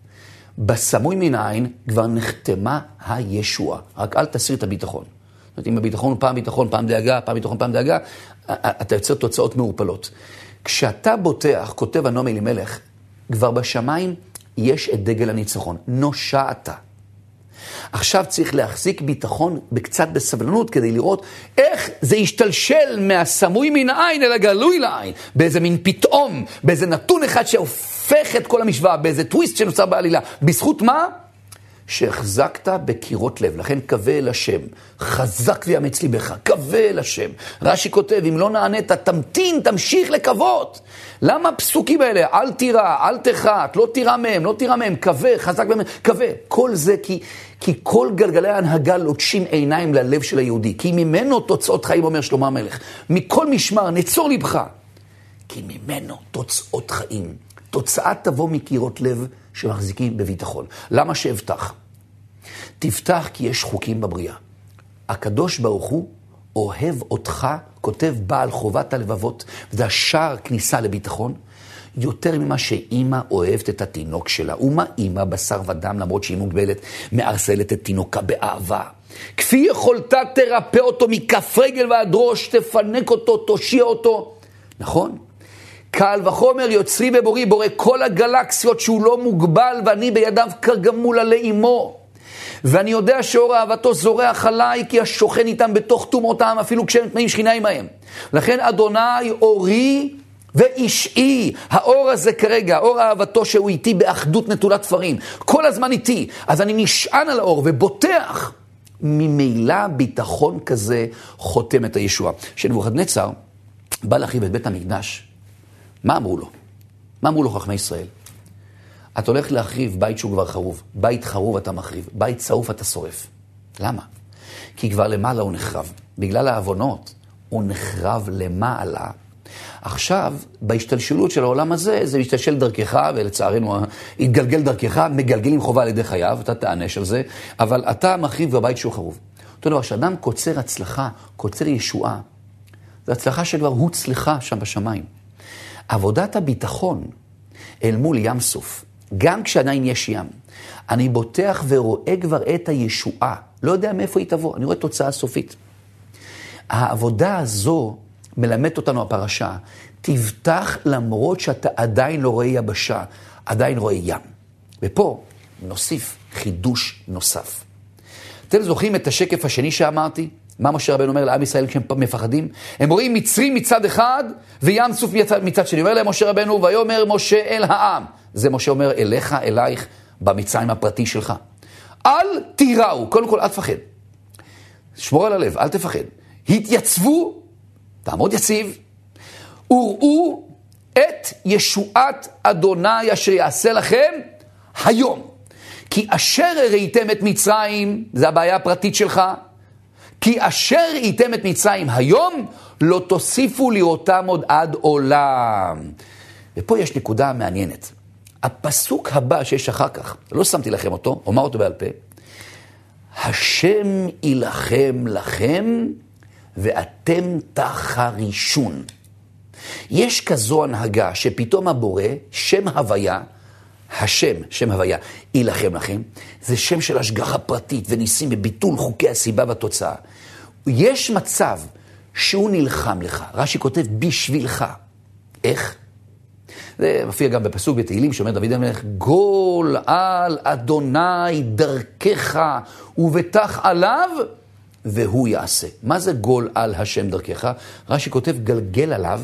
בסמוי מן העין כבר נחתמה הישועה. רק אל תסיר את הביטחון. זאת אומרת, אם הביטחון הוא פעם ביטחון, פעם דאגה, פעם ביטחון, פעם דאגה, אתה יוצר תוצאות מעורפלות. כשאתה בוטח, כותב הנועם אלימלך, כבר בשמיים יש את דגל הניצחון. נושעת. עכשיו צריך להחזיק ביטחון בקצת בסבלנות כדי לראות איך זה ישתלשל מהסמוי מן העין אל הגלוי לעין, באיזה מין פתאום, באיזה נתון אחד שהופך את כל המשוואה, באיזה טוויסט שנוצר בעלילה. בזכות מה? שהחזקת בקירות לב, לכן קווה אל השם, חזק ויאמץ ליבך, קווה אל השם. רש"י כותב, אם לא נענית, תמתין, תמשיך לקוות. למה הפסוקים האלה? אל תירא, אל תחת, לא תירא מהם, לא תירא מהם, קווה, חזק ויאמץ, קווה. כל זה כי, כי כל גלגלי ההנהגה לוטשים עיניים ללב של היהודי, כי ממנו תוצאות חיים, אומר שלמה המלך. מכל משמר, נצור לבך, כי ממנו תוצאות חיים. תוצאה תבוא מקירות לב שמחזיקים בביטחון. למה שהבטח? תבטח כי יש חוקים בבריאה. הקדוש ברוך הוא אוהב אותך, כותב בעל חובת הלבבות, וזה השער כניסה לביטחון, יותר ממה שאימא אוהבת את התינוק שלה. ומה אימא בשר ודם, למרות שהיא מוגבלת, מארסלת את תינוקה באהבה. כפי יכולתה תרפא אותו מכף רגל ועד ראש, תפנק אותו, תושיע אותו. נכון? קל וחומר יוצרי ובורי, בורא כל הגלקסיות שהוא לא מוגבל, ואני בידיו כגמול עלי אמו. ואני יודע שאור אהבתו זורח עליי, כי השוכן איתם בתוך תומותם, אפילו כשהם תנאים שכינה עמהם. לכן אדוני אורי ואישי, האור הזה כרגע, אור אהבתו שהוא איתי באחדות נטולת תפרים, כל הזמן איתי. אז אני נשען על האור ובוטח. ממילא ביטחון כזה חותם את הישועה. שנבוכדנצר בא להחריב את בית המקדש. מה אמרו לו? מה אמרו לו חכמי ישראל? אתה הולך להחריב בית שהוא כבר חרוב. בית חרוב אתה מחריב. בית צעוף אתה שורף. למה? כי כבר למעלה הוא נחרב. בגלל העוונות הוא נחרב למעלה. עכשיו, בהשתלשלות של העולם הזה, זה משתלשל דרכך, ולצערנו התגלגל דרכך, מגלגלים חובה על ידי חייו, אתה תענש על זה, אבל אתה מחריב בבית שהוא חרוב. אותו דבר, שאדם קוצר הצלחה, קוצר ישועה, זו הצלחה שכבר הוצלחה שם בשמיים. עבודת הביטחון אל מול ים סוף, גם כשעדיין יש ים, אני בוטח ורואה כבר את הישועה, לא יודע מאיפה היא תבוא, אני רואה תוצאה סופית. העבודה הזו מלמד אותנו הפרשה, תבטח למרות שאתה עדיין לא רואה יבשה, עדיין רואה ים. ופה נוסיף חידוש נוסף. אתם זוכרים את השקף השני שאמרתי? מה משה רבנו אומר לעם ישראל כשהם מפחדים? הם רואים מצרים מצד אחד וים סוף מצד שני. אומר להם משה רבנו, ויאמר משה אל העם. זה משה אומר אליך, אלייך, במצרים הפרטי שלך. אל תיראו, קודם כל אל תפחד. שמור על הלב, אל תפחד. התייצבו, תעמוד יציב, וראו את ישועת אדוני אשר יעשה לכם היום. כי אשר ראיתם את מצרים, זה הבעיה הפרטית שלך, כי אשר ראיתם את מצרים היום, לא תוסיפו לראותם עוד עד עולם. ופה יש נקודה מעניינת. הפסוק הבא שיש אחר כך, לא שמתי לכם אותו, אומר אותו בעל פה, השם ילחם לכם, ואתם תחרישון. יש כזו הנהגה שפתאום הבורא, שם הוויה, השם, שם הוויה, ילחם לכם, זה שם של השגחה פרטית וניסים בביטול חוקי הסיבה והתוצאה. יש מצב שהוא נלחם לך, רש"י כותב בשבילך, איך? זה מופיע גם בפסוק בתהילים שאומר דוד המלך, גול על אדוני דרכך ובטח עליו והוא יעשה. מה זה גול על השם דרכך? רש"י כותב גלגל עליו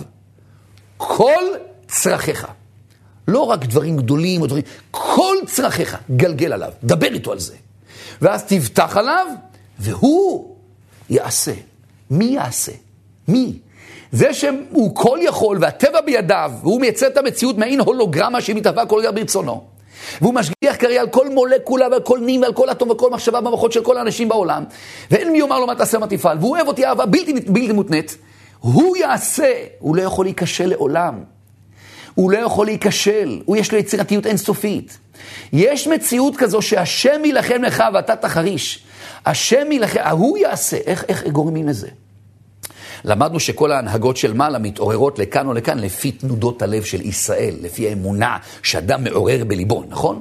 כל צרכיך. לא רק דברים גדולים או דברים, כל צרכיך גלגל עליו, דבר איתו על זה. ואז תבטח עליו והוא יעשה. מי יעשה? מי? זה שהוא כל יכול והטבע בידיו, והוא מייצר את המציאות מעין הולוגרמה שמתהווה כל רגע ברצונו. והוא משגיח קרי על כל מולקולה ועל כל נים ועל כל אטום וכל מחשבה במוחות של כל האנשים בעולם. ואין מי יאמר לו מה תעשה מה תפעל. והוא אוהב אותי אהבה בלתי, בלתי מותנית. הוא יעשה. הוא לא יכול להיכשל לעולם. הוא לא יכול להיכשל. הוא יש לו יצירתיות אינסופית. יש מציאות כזו שהשם ילחם לך ואתה תחריש. השם ילחם, הוא יעשה. איך, איך גורמים לזה? למדנו שכל ההנהגות של מעלה מתעוררות לכאן או לכאן לפי תנודות הלב של ישראל, לפי האמונה שאדם מעורר בליבו, נכון?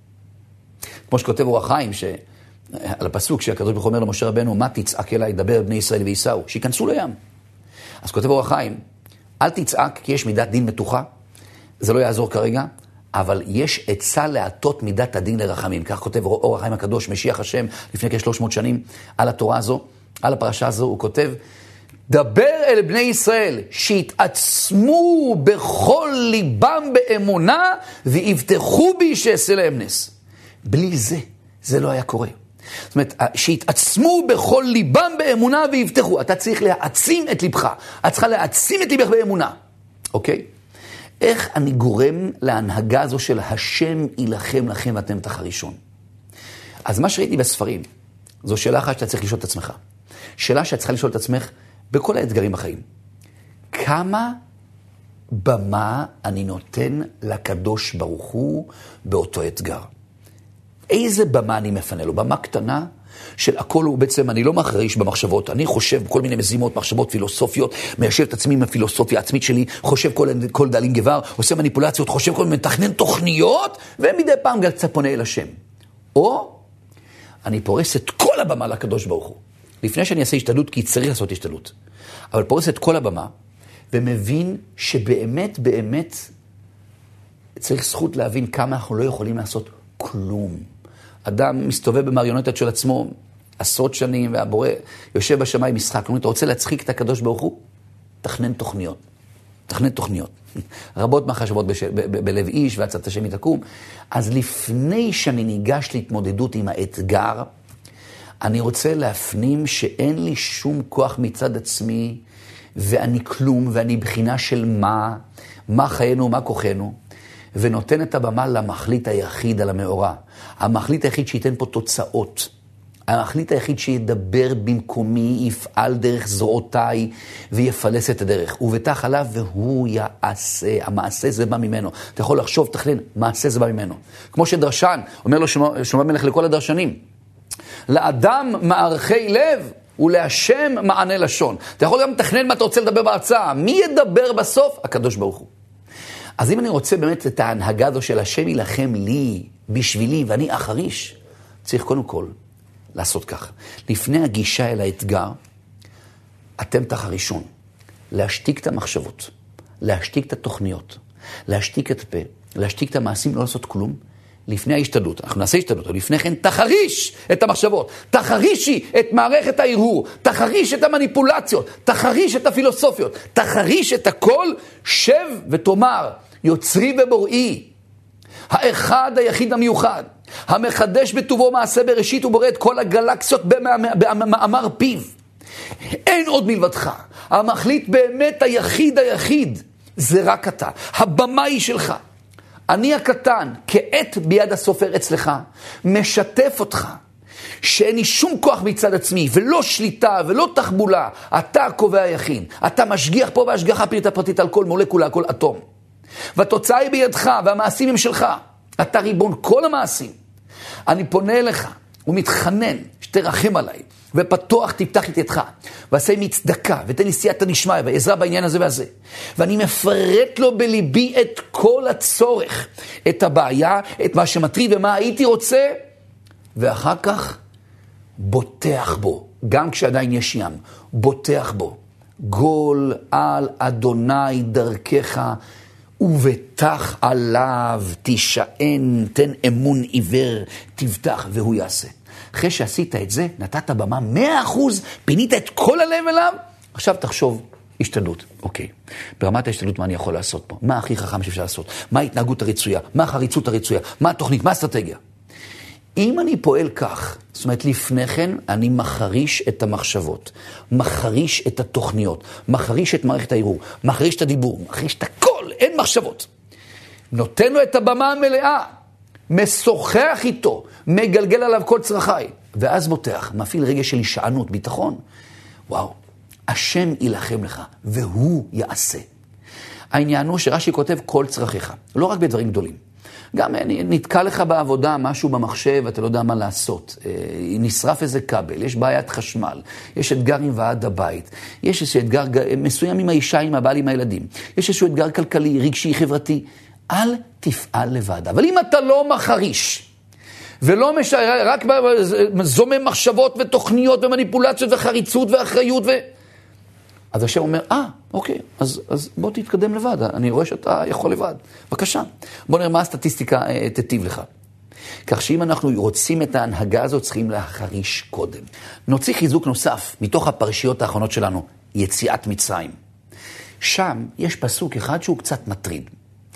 כמו שכותב אור החיים, על הפסוק שהקדוש ברוך הוא אומר למשה רבנו, מה תצעק אליי, דבר בני ישראל וייסעו, שיכנסו לים. אז כותב אור החיים, אל תצעק כי יש מידת דין מתוחה, זה לא יעזור כרגע, אבל יש עצה להטות מידת הדין לרחמים. כך כותב אור החיים הקדוש, משיח השם, לפני כ-שלוש מאות שנים, על התורה הזו, על הפרשה הזו, הוא כותב, דבר אל בני ישראל שיתעצמו בכל ליבם באמונה ויבטחו בי שעשה להם נס. בלי זה, זה לא היה קורה. זאת אומרת, שיתעצמו בכל ליבם באמונה ויבטחו. אתה צריך להעצים את ליבך. את צריכה להעצים את ליבך באמונה. אוקיי? איך אני גורם להנהגה הזו של השם ילחם לכם ואתם תחרישון? אז מה שראיתי בספרים, זו שאלה אחת שאתה צריך לשאול את עצמך. שאלה שאתה צריכה לשאול את עצמך, בכל האתגרים בחיים. כמה במה אני נותן לקדוש ברוך הוא באותו אתגר? איזה במה אני מפנה לו? במה קטנה של הכל הוא בעצם, אני לא מחריש במחשבות, אני חושב בכל מיני מזימות, מחשבות פילוסופיות, מיישב את עצמי עם הפילוסופיה העצמית שלי, חושב כל, כל דלין גבר, עושה מניפולציות, חושב כל מתכנן תוכניות, ומדי פעם גם קצת פונה אל השם. או אני פורס את כל הבמה לקדוש ברוך הוא. לפני שאני אעשה השתדלות, כי צריך לעשות השתדלות. אבל פורס את כל הבמה, ומבין שבאמת, באמת, צריך זכות להבין כמה אנחנו לא יכולים לעשות כלום. אדם מסתובב במריונטות של עצמו, עשרות שנים, והבורא יושב בשמיים משחק. אתה רוצה להצחיק את הקדוש ברוך הוא? תכנן תוכניות. תכנן תוכניות. רבות מהחשבות בלב איש, ועצת השם יתקום. אז לפני שאני ניגש להתמודדות עם האתגר, אני רוצה להפנים שאין לי שום כוח מצד עצמי, ואני כלום, ואני בחינה של מה, מה חיינו, מה כוחנו, ונותן את הבמה למחליט היחיד על המאורע. המחליט היחיד שייתן פה תוצאות. המחליט היחיד שידבר במקומי, יפעל דרך זרועותיי, ויפלס את הדרך. ובטח עליו, והוא יעשה. המעשה זה בא ממנו. אתה יכול לחשוב, תכנן, מעשה זה בא ממנו. כמו שדרשן, אומר לו שלמה מלך לכל הדרשנים, לאדם מערכי לב ולהשם מענה לשון. אתה יכול גם לתכנן מה אתה רוצה לדבר בהרצאה. מי ידבר בסוף? הקדוש ברוך הוא. אז אם אני רוצה באמת את ההנהגה הזו של השם ילחם לי, בשבילי, ואני אחריש, צריך קודם כל לעשות כך. לפני הגישה אל האתגר, אתם תחרישון. להשתיק את המחשבות, להשתיק את התוכניות, להשתיק את הפה, להשתיק את המעשים, לא לעשות כלום. לפני ההשתדלות, אנחנו נעשה השתדלות, אבל לפני כן תחריש את המחשבות, תחרישי את מערכת הערעור, תחריש את המניפולציות, תחריש את הפילוסופיות, תחריש את הכל, שב ותאמר, יוצרי ובוראי, האחד היחיד המיוחד, המחדש בטובו מעשה בראשית ובורא את כל הגלקסיות במאמר פיו. אין עוד מלבדך, המחליט באמת היחיד היחיד, זה רק אתה, הבמה היא שלך. אני הקטן, כעת ביד הסופר אצלך, משתף אותך, שאין לי שום כוח מצד עצמי, ולא שליטה, ולא תחבולה. אתה הקובע היחיד. אתה משגיח פה בהשגחה פרטית פרטית על כל מולקולה, על כל אטום. והתוצאה היא בידך, והמעשים הם שלך. אתה ריבון כל המעשים. אני פונה אליך, ומתחנן, שתרחם עליי, ופתוח תפתח את ידך, ועשה מצדקה, ותן לי סייעתא דשמיא, ועזרה בעניין הזה והזה. ואני מפרט לו בליבי את כל הצורך, את הבעיה, את מה שמטריד ומה הייתי רוצה, ואחר כך בוטח בו, גם כשעדיין יש ים, בוטח בו. גול על אדוני דרכך, ובטח עליו תישען, תן אמון עיוור, תבטח והוא יעשה. אחרי שעשית את זה, נתת במה מאה אחוז, פינית את כל הלב אליו, עכשיו תחשוב, השתדלות. אוקיי, ברמת ההשתדלות מה אני יכול לעשות פה? מה הכי חכם שאפשר לעשות? מה ההתנהגות הרצויה? מה החריצות הרצויה? מה התוכנית? מה האסטרטגיה? אם אני פועל כך, זאת אומרת לפני כן אני מחריש את המחשבות, מחריש את התוכניות, מחריש את מערכת הערעור, מחריש את הדיבור, מחריש את הכל, אין מחשבות. נותן לו את הבמה המלאה, משוחח איתו, מגלגל עליו כל צרכיי, ואז מותח, מפעיל רגש של הישענות, ביטחון. וואו, השם ילחם לך, והוא יעשה. העניין הוא שרש"י כותב כל צרכיך, לא רק בדברים גדולים. גם נתקע לך בעבודה משהו במחשב, אתה לא יודע מה לעשות. נשרף איזה כבל, יש בעיית חשמל, יש אתגר עם ועד הבית, יש איזה אתגר מסוים עם האישה, עם הבעל, עם הילדים, יש איזה אתגר כלכלי, רגשי, חברתי. אל תפעל לבד. אבל אם אתה לא מחריש, ולא מש... רק זומם מחשבות ותוכניות ומניפולציות וחריצות ואחריות ו... אז השם אומר, אה, אוקיי, אז, אז בוא תתקדם לבד, אני רואה שאתה יכול לבד. בבקשה, בוא נראה מה הסטטיסטיקה אה, תטיב לך. כך שאם אנחנו רוצים את ההנהגה הזאת, צריכים להחריש קודם. נוציא חיזוק נוסף מתוך הפרשיות האחרונות שלנו, יציאת מצרים. שם יש פסוק אחד שהוא קצת מטריד.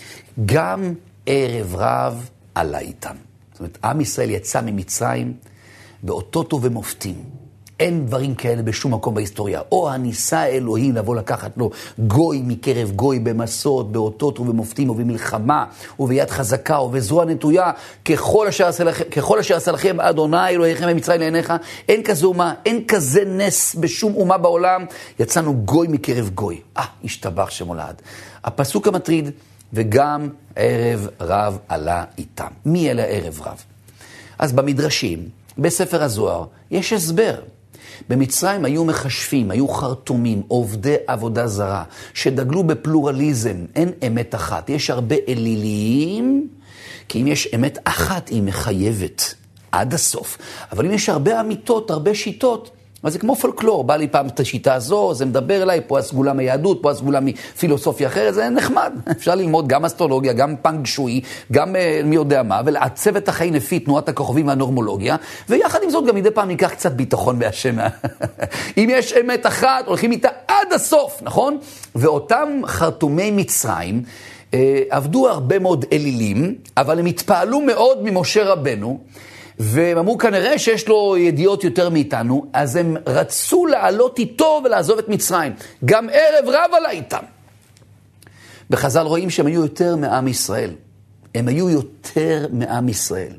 גם ערב רב עלה איתם. זאת אומרת, עם ישראל יצא ממצרים באותות ובמופתים. אין דברים כאלה בשום מקום בהיסטוריה. או הניסה אלוהים לבוא לקחת לו גוי מקרב גוי במסות, באותות ובמופתים ובמלחמה וביד חזקה ובזרוע נטויה, ככל אשר עשה לכם, ככל אשר עשה לכם אדוני אלוהיכם במצרים לעיניך. אין כזה אומה, אין כזה נס בשום אומה בעולם. יצאנו גוי מקרב גוי. אה, השתבח שמולד. הפסוק המטריד, וגם ערב רב עלה איתם. מי אלה ערב רב? אז במדרשים, בספר הזוהר, יש הסבר. במצרים היו מחשבים, היו חרטומים, עובדי עבודה זרה, שדגלו בפלורליזם, אין אמת אחת. יש הרבה אליליים, כי אם יש אמת אחת היא מחייבת עד הסוף. אבל אם יש הרבה אמיתות, הרבה שיטות, אז זה כמו פולקלור, בא לי פעם את השיטה הזו, זה מדבר אליי, פה הסגולה מיהדות, פה הסגולה מפילוסופיה אחרת, זה נחמד. אפשר ללמוד גם אסטרולוגיה, גם פנג שוי, גם מי יודע מה, ולעצב את החיים לפי תנועת הכוכבים והנורמולוגיה, ויחד עם זאת גם מדי פעם ניקח קצת ביטחון בהשם. אם יש אמת אחת, הולכים איתה עד הסוף, נכון? ואותם חרטומי מצרים עבדו הרבה מאוד אלילים, אבל הם התפעלו מאוד ממשה רבנו, והם אמרו כנראה שיש לו ידיעות יותר מאיתנו, אז הם רצו לעלות איתו ולעזוב את מצרים. גם ערב רב עלה איתם. בחז"ל רואים שהם היו יותר מעם ישראל. הם היו יותר מעם ישראל.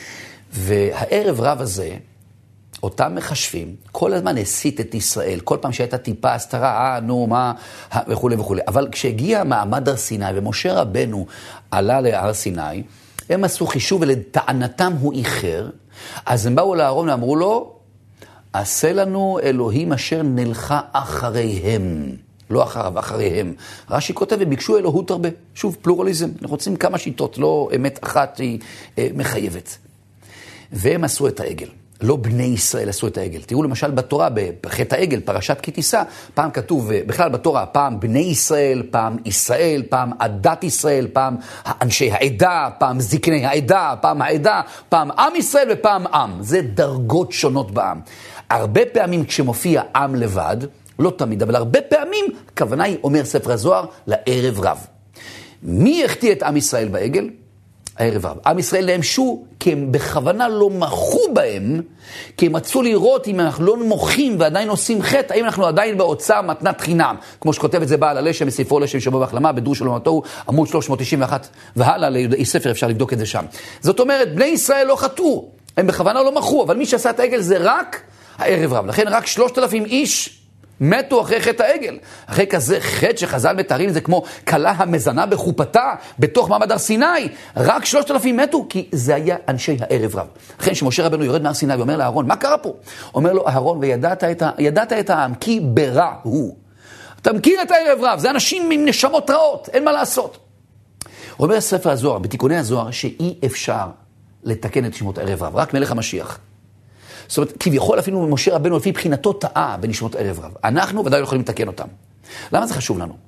והערב רב הזה, אותם מחשבים, כל הזמן הסית את ישראל. כל פעם שהייתה טיפה הסתרה, אה, נו, מה, וכו' וכו'. אבל כשהגיע מעמד הר סיני, ומשה רבנו עלה להר סיני, הם עשו חישוב ולטענתם הוא איחר, אז הם באו לאהרון ואמרו לו, עשה לנו אלוהים אשר נלכה אחריהם, לא אחריו, אחריהם. רש"י כותב, וביקשו אלוהות הרבה. שוב, פלורליזם, אנחנו רוצים כמה שיטות, לא אמת אחת היא אה, מחייבת. והם עשו את העגל. לא בני ישראל עשו את העגל. תראו למשל בתורה, בחטא העגל, פרשת כי תישא, פעם כתוב, בכלל בתורה, פעם בני ישראל, פעם ישראל, פעם עדת ישראל, פעם אנשי העדה, פעם זקני העדה, פעם העדה, פעם עם ישראל ופעם עם. זה דרגות שונות בעם. הרבה פעמים כשמופיע עם לבד, לא תמיד, אבל הרבה פעמים, הכוונה היא, אומר ספר הזוהר, לערב רב. מי החטיא את עם ישראל בעגל? הערב רב. עם ישראל נאמשו, כי הם בכוונה לא מחו בהם, כי הם רצו לראות אם אנחנו לא מוחים ועדיין עושים חטא, האם אנחנו עדיין בהוצאה מתנת חינם, כמו שכותב את זה בעל הלשם, בספרו לשם שבו והחלמה, בדרוש שלום התוהו, עמוד שלוש מאות תשעים ואחת, והלאה ליהודאי ספר, אפשר לבדוק את זה שם. זאת אומרת, בני ישראל לא חטאו, הם בכוונה לא מחו, אבל מי שעשה את העגל זה רק הערב רב. לכן רק שלושת אלפים איש מתו אחרי חטא העגל. אחרי כזה חטא שחז"ל מתארים, זה כמו כלה המזנה בחופתה, בתוך מעמד הר סיני. רק שלושת אלפים מתו, כי זה היה אנשי הערב רב. לכן שמשה רבנו יורד מהר סיני ואומר לאהרון, מה קרה פה? אומר לו, אהרון, וידעת את, ה... ידעת את העם, כי ברע הוא. אתה מכיר את הערב רב, זה אנשים עם נשמות רעות, אין מה לעשות. אומר ספר הזוהר, בתיקוני הזוהר, שאי אפשר לתקן את שמות הערב רב, רק מלך המשיח. זאת אומרת, כביכול אפילו משה רבנו לפי בחינתו טעה בנשמות ערב רב. אנחנו ודאי לא יכולים לתקן אותם. למה זה חשוב לנו?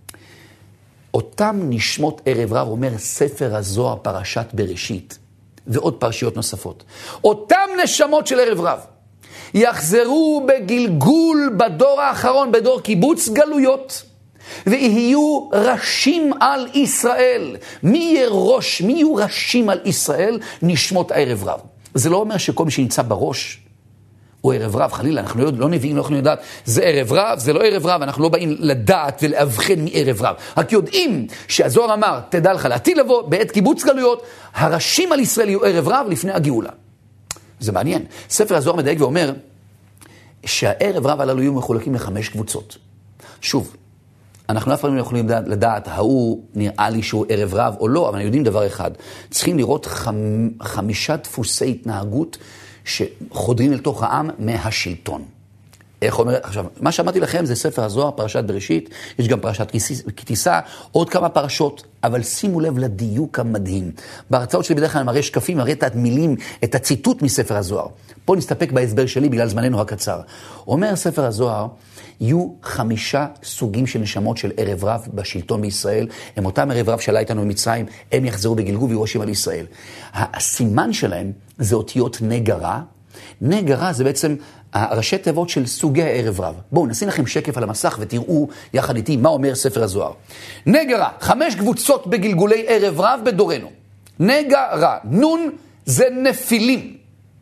אותם נשמות ערב רב אומר ספר הזוהר פרשת בראשית, ועוד פרשיות נוספות. אותם נשמות של ערב רב יחזרו בגלגול בדור האחרון, בדור קיבוץ גלויות, ויהיו ראשים על ישראל. מי יהיה ראש, מי יהיו ראשים על ישראל? נשמות הערב רב. זה לא אומר שכל מי שנמצא בראש הוא ערב רב, חלילה, אנחנו לא, לא נביאים, לא יכולים לדעת, זה ערב רב, זה לא ערב רב, אנחנו לא באים לדעת ולאבחן מערב רב. רק יודעים שהזוהר אמר, תדע לך, לעתיד לבוא, בעת קיבוץ גלויות, הראשים על ישראל יהיו ערב רב לפני הגאולה. זה מעניין. ספר הזוהר מדייק ואומר, שהערב רב הללו יהיו מחולקים לחמש קבוצות. שוב, אנחנו אף פעם לא יכולים לדעת, לדעת, ההוא נראה לי שהוא ערב רב או לא, אבל יודעים דבר אחד. צריכים לראות חמ... חמישה דפוסי התנהגות שחודרים אל תוך העם מהשלטון. איך אומר, עכשיו, מה שאמרתי לכם זה ספר הזוהר, פרשת בראשית, יש גם פרשת כתיסה, עוד כמה פרשות, אבל שימו לב לדיוק המדהים. בהרצאות שלי בדרך כלל מראה שקפים, מראה את המילים, את הציטוט מספר הזוהר. פה נסתפק בהסבר שלי בגלל זמננו הקצר. אומר ספר הזוהר, יהיו חמישה סוגים של נשמות של ערב רב בשלטון בישראל, הם אותם ערב רב שעלה איתנו במצרים, הם יחזרו בגלגול ויהיו ראשים על ישראל. הסימן שלהם זה אותיות נגרה, נגרה זה בעצם הראשי תיבות של סוגי הערב רב. בואו נשים לכם שקף על המסך ותראו יחד איתי מה אומר ספר הזוהר. נגרה, חמש קבוצות בגלגולי ערב רב בדורנו. נגרה, נון זה נפילים.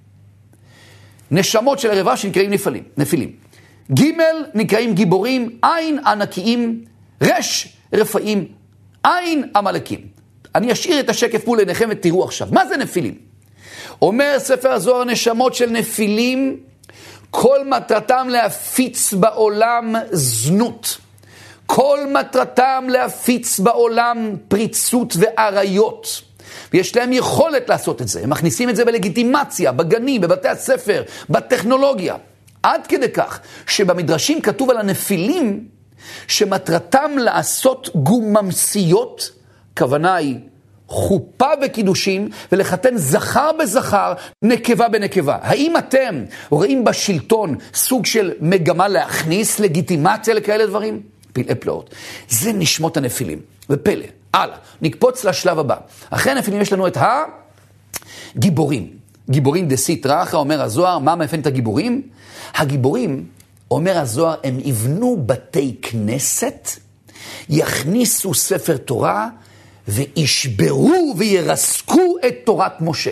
נשמות של ערב רב שנקראים נפילים. נפילים. ג' נקראים גיבורים, עין ענקיים, רש רפאים, עין עמלקים. אני אשאיר את השקף פה לעיניכם ותראו עכשיו. מה זה נפילים? אומר ספר הזוהר, נשמות של נפילים, כל מטרתם להפיץ בעולם זנות. כל מטרתם להפיץ בעולם פריצות ועריות. ויש להם יכולת לעשות את זה. הם מכניסים את זה בלגיטימציה, בגנים, בבתי הספר, בטכנולוגיה. עד כדי כך שבמדרשים כתוב על הנפילים שמטרתם לעשות גוממסיות, כוונה היא חופה וקידושים, ולחתן זכר בזכר, נקבה בנקבה. האם אתם רואים בשלטון סוג של מגמה להכניס לגיטימציה לכאלה דברים? פלאי פלאות. זה נשמות הנפילים. ופלא. הלאה. נקפוץ לשלב הבא. אחרי הנפילים יש לנו את הגיבורים. גיבורים דסית רחה, אומר הזוהר. מה מאפיין את הגיבורים? הגיבורים, אומר הזוהר, הם יבנו בתי כנסת, יכניסו ספר תורה, וישברו וירסקו את תורת משה.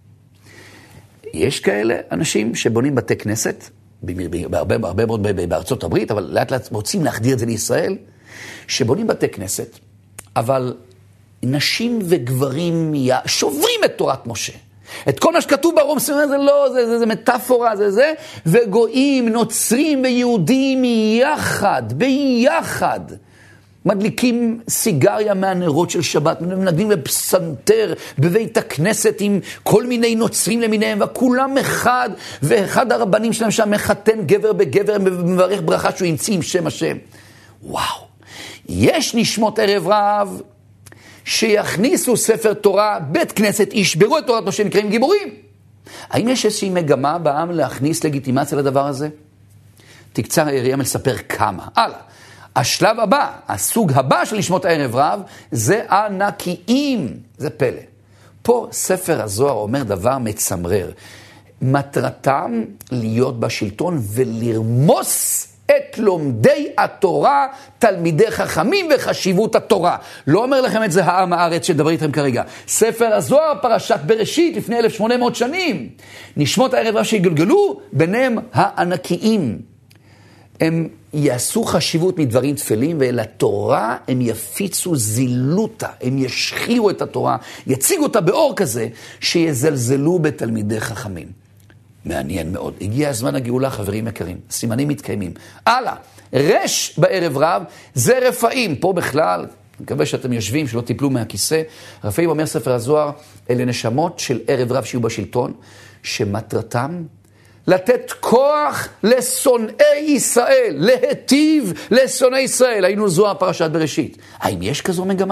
יש כאלה אנשים שבונים בתי כנסת, בהרבה, בהרבה מאוד בארצות הברית, אבל לאט לאט רוצים להחדיר את זה לישראל, שבונים בתי כנסת, אבל נשים וגברים שוברים את תורת משה. את כל מה שכתוב ברום, זה לא, זה, זה, זה מטאפורה, זה זה, וגויים, נוצרים ויהודים יחד, ביחד. מדליקים סיגריה מהנרות של שבת, מנגנים בפסנתר בבית הכנסת עם כל מיני נוצרים למיניהם, וכולם אחד, ואחד הרבנים שלהם שם מחתן גבר בגבר, מברך ברכה שהוא ימציא עם שם השם. וואו, יש נשמות ערב רב שיכניסו ספר תורה, בית כנסת, ישברו את תורת משה, נקראים גיבורים. האם יש איזושהי מגמה בעם להכניס לגיטימציה לדבר הזה? תקצר היריעה מלספר כמה. הלאה. השלב הבא, הסוג הבא של נשמות הערב רב, זה ענקיים. זה פלא. פה ספר הזוהר אומר דבר מצמרר. מטרתם להיות בשלטון ולרמוס את לומדי התורה, תלמידי חכמים וחשיבות התורה. לא אומר לכם את זה העם הארץ שדבר איתכם כרגע. ספר הזוהר, פרשת בראשית, לפני אלף ושמונה מאות שנים. נשמות הערב רב שיגלגלו, ביניהם הענקיים. הם יעשו חשיבות מדברים תפלים, ולתורה הם יפיצו זילותה, הם ישחירו את התורה, יציגו אותה באור כזה, שיזלזלו בתלמידי חכמים. מעניין מאוד. הגיע הזמן הגאולה, חברים יקרים. סימנים מתקיימים. הלאה. רש בערב רב זה רפאים. פה בכלל, אני מקווה שאתם יושבים, שלא תיפלו מהכיסא. רפאים אומר ספר הזוהר, אלה נשמות של ערב רב שיהיו בשלטון, שמטרתם לתת כוח לשונאי ישראל, להטיב לשונאי ישראל. היינו זוהר פרשת בראשית. האם יש כזו מגמה?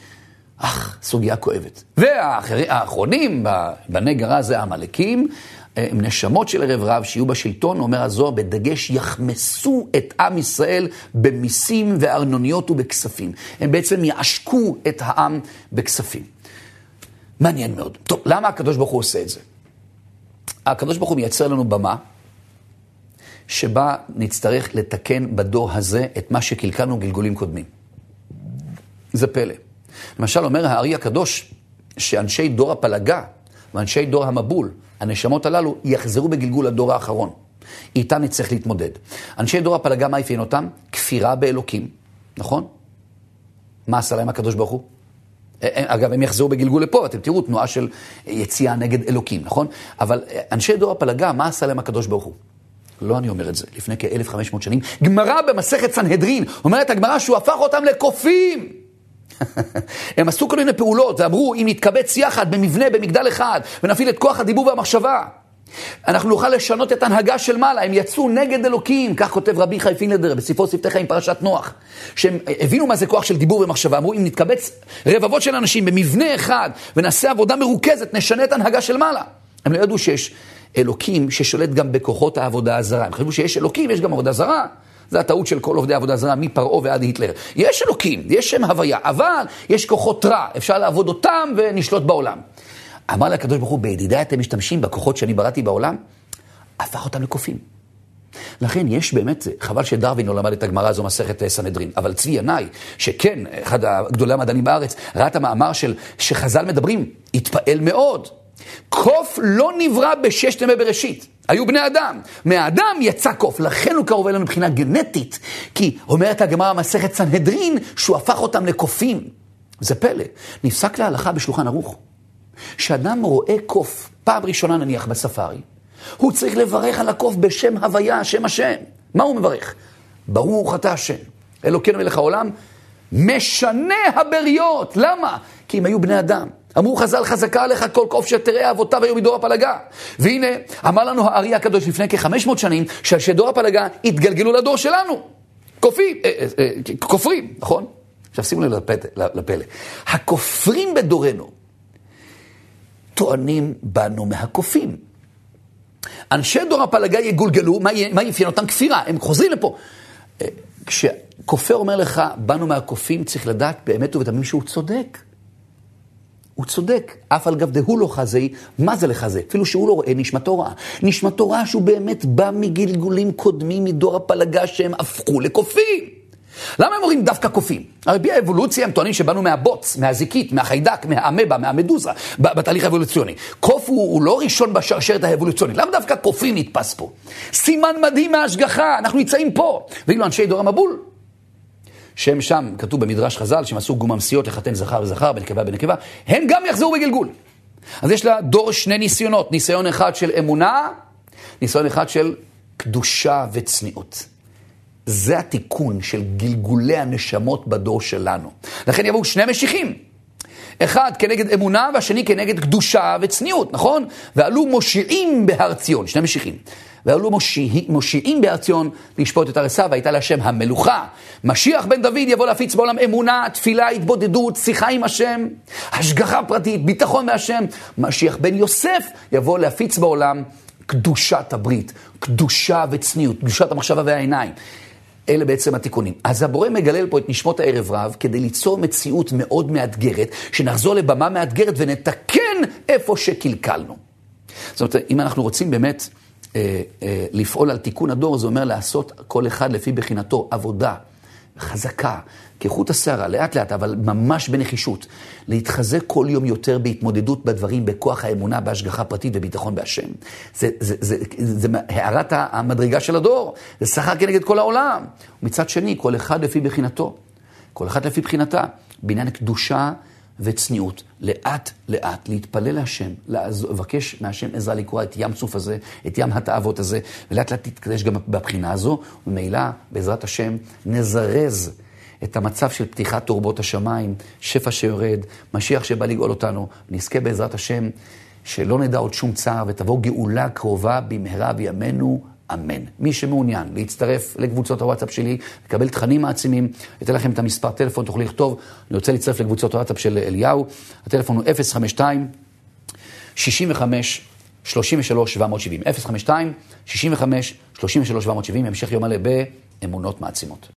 אך, סוגיה כואבת. והאחרונים בנגרה זה העמלקים, הם נשמות של ערב רב שיהיו בשלטון, אומר הזוהר בדגש, יחמסו את עם ישראל במיסים וארנוניות ובכספים. הם בעצם יעשקו את העם בכספים. מעניין מאוד. טוב, למה הקדוש ברוך הוא עושה את זה? הקדוש ברוך הוא מייצר לנו במה, שבה נצטרך לתקן בדור הזה את מה שקלקלנו גלגולים קודמים. זה פלא. למשל אומר הארי הקדוש, שאנשי דור הפלגה ואנשי דור המבול, הנשמות הללו, יחזרו בגלגול הדור האחרון. איתם נצטרך להתמודד. אנשי דור הפלגה, מה יפיין אותם? כפירה באלוקים, נכון? מה עשה להם הקדוש ברוך הוא? אגב, הם יחזרו בגלגול לפה, אתם תראו תנועה של יציאה נגד אלוקים, נכון? אבל אנשי דור הפלגה, מה עשה להם הקדוש ברוך הוא? לא אני אומר את זה, לפני כ-אלף וחמש מאות שנים, גמרא במסכת סנהדרין, אומרת הגמרא שהוא הפך אותם לקופים. הם עשו כל מיני פעולות, ואמרו, אם נתקבץ יחד במבנה, במגדל אחד, ונפעיל את כוח הדיבור והמחשבה, אנחנו נוכל לשנות את הנהגה של מעלה, הם יצאו נגד אלוקים, כך כותב רבי חי פינלדר, בספרו שפתי חיים פרשת נוח, שהם הבינו מה זה כוח של דיבור ומחשבה, אמרו, אם נתקבץ רבבות של אנשים במבנה אחד, ונעשה עבודה מרוכזת, נשנה את הנהגה של מעלה. הם לא ידעו שיש אלוקים ששולט גם בכוחות העבודה הזרה. הם חשבו שיש אלוקים, יש גם עבודה זרה. זה הטעות של כל עובדי עבודה זרה, מפרעה ועד היטלר. יש אלוקים, יש שם הוויה, אבל יש כוחות רע. אפשר לעבוד אותם ונשלוט בעולם. אמר לקדוש ברוך הוא, בידידיי אתם משתמשים בכוחות שאני בראתי בעולם, הפך אותם לקופים. לכן יש באמת, חבל שדרווין לא למד את הגמרא הזו מסכת סנהדרין, אבל צבי ינאי, שכן, אחד הגדולי המדענים בארץ, ראה את המאמר של שחז"ל מדברים, התפעל מאוד. קוף לא נברא בששת ימי בראשית. היו בני אדם. מהאדם יצא קוף. לכן הוא קרוב אלינו מבחינה גנטית. כי אומרת הגמרא מסכת סנהדרין שהוא הפך אותם לקופים. זה פלא. נפסק להלכה בשולחן ערוך. שאדם רואה קוף, פעם ראשונה נניח בספארי, הוא צריך לברך על הקוף בשם הוויה, שם השם. מה הוא מברך? ברוך אתה השם. אלוקינו מלך העולם, משנה הבריות. למה? כי הם היו בני אדם. אמרו חז"ל, חזקה עליך כל קוף שתראה אבותיו היו מדור הפלגה. והנה, אמר לנו הארי הקדוש לפני כ-חמש מאות שנים, שדור הפלגה התגלגלו לדור שלנו. קופים, אה, אה, אה, כופרים, נכון? עכשיו שימו לי לפלא. הכופרים בדורנו טוענים בנו מהקופים. אנשי דור הפלגה יגולגלו, מה, מה יפיין אותם? כפירה, הם חוזרים לפה. כשכופר אומר לך, בנו מהקופים, צריך לדעת באמת ובתמים שהוא צודק. הוא צודק, אף על גב דהוא לא חזי, מה זה לחזה? אפילו שהוא לא רואה נשמתו רעה. נשמתו רעה שהוא באמת בא מגלגולים קודמים מדור הפלגה שהם הפכו לקופים. למה הם אומרים דווקא קופים? הרי בי האבולוציה הם טוענים שבאנו מהבוץ, מהזיקית, מהחיידק, מהאמבה, מהמדוזה, בתהליך האבולוציוני. קוף הוא, הוא לא ראשון בשרשרת האבולוציונית. למה דווקא קופים נתפס פה? סימן מדהים מההשגחה, אנחנו נמצאים פה. ואילו אנשי דור המבול, שהם שם, כתוב במדרש חז"ל, שהם עשו גוממסיות לחתן זכר וזכר, בנקבה בנקבה, הם גם יחזרו בגלגול. אז יש לה דור שני ניסיונות, ניסיון אחד של אמונה, ניסיון אחד של קדושה וצניעות. זה התיקון של גלגולי הנשמות בדור שלנו. לכן יבואו שני משיחים. אחד כנגד אמונה והשני כנגד קדושה וצניעות, נכון? ועלו מושיעים בהר ציון, שני משיחים. ועלו מושיע, מושיעים בהר ציון לשפוט את הרסה, והייתה להשם המלוכה. משיח בן דוד יבוא להפיץ בעולם אמונה, תפילה, התבודדות, שיחה עם השם, השגחה פרטית, ביטחון מהשם. משיח בן יוסף יבוא להפיץ בעולם קדושת הברית, קדושה וצניעות, קדושת המחשבה והעיניים. אלה בעצם התיקונים. אז הבורא מגלל פה את נשמות הערב רב, כדי ליצור מציאות מאוד מאתגרת, שנחזור לבמה מאתגרת ונתקן איפה שקלקלנו. זאת אומרת, אם אנחנו רוצים באמת אה, אה, לפעול על תיקון הדור, זה אומר לעשות כל אחד לפי בחינתו עבודה חזקה, כחוט השערה, לאט לאט, אבל ממש בנחישות, להתחזק כל יום יותר בהתמודדות בדברים, בכוח האמונה, בהשגחה פרטית וביטחון בהשם. זה, זה, זה, זה, זה הערת המדרגה של הדור, זה שכר כנגד כל העולם. ומצד שני, כל אחד לפי בחינתו, כל אחד לפי בחינתה, בעניין קדושה וצניעות, לאט לאט, להתפלל להשם, לבקש מהשם עזרה לקרוא את ים סוף הזה, את ים התאוות הזה, ולאט לאט להתקדש גם בבחינה הזו, וממילא, בעזרת השם, נזרז את המצב של פתיחת תורבות השמיים, שפע שיורד, משיח שבא לגאול אותנו, נזכה בעזרת השם, שלא נדע עוד שום צער, ותבוא גאולה קרובה במהרה בימינו, אמן. מי שמעוניין להצטרף לקבוצות הוואטסאפ שלי, לקבל תכנים מעצימים, אתן לכם את המספר טלפון, תוכלו לכתוב, אני רוצה להצטרף לקבוצות הוואטסאפ של אליהו, הטלפון הוא אפס חמש שתיים שישים וחמש שלושים ושלוש שבע מאות שבעים. אפס חמש שתיים שישים וחמש שלושים ושלוש שבע מאות שבעים. המשך יום מלא באמונות מעצימות.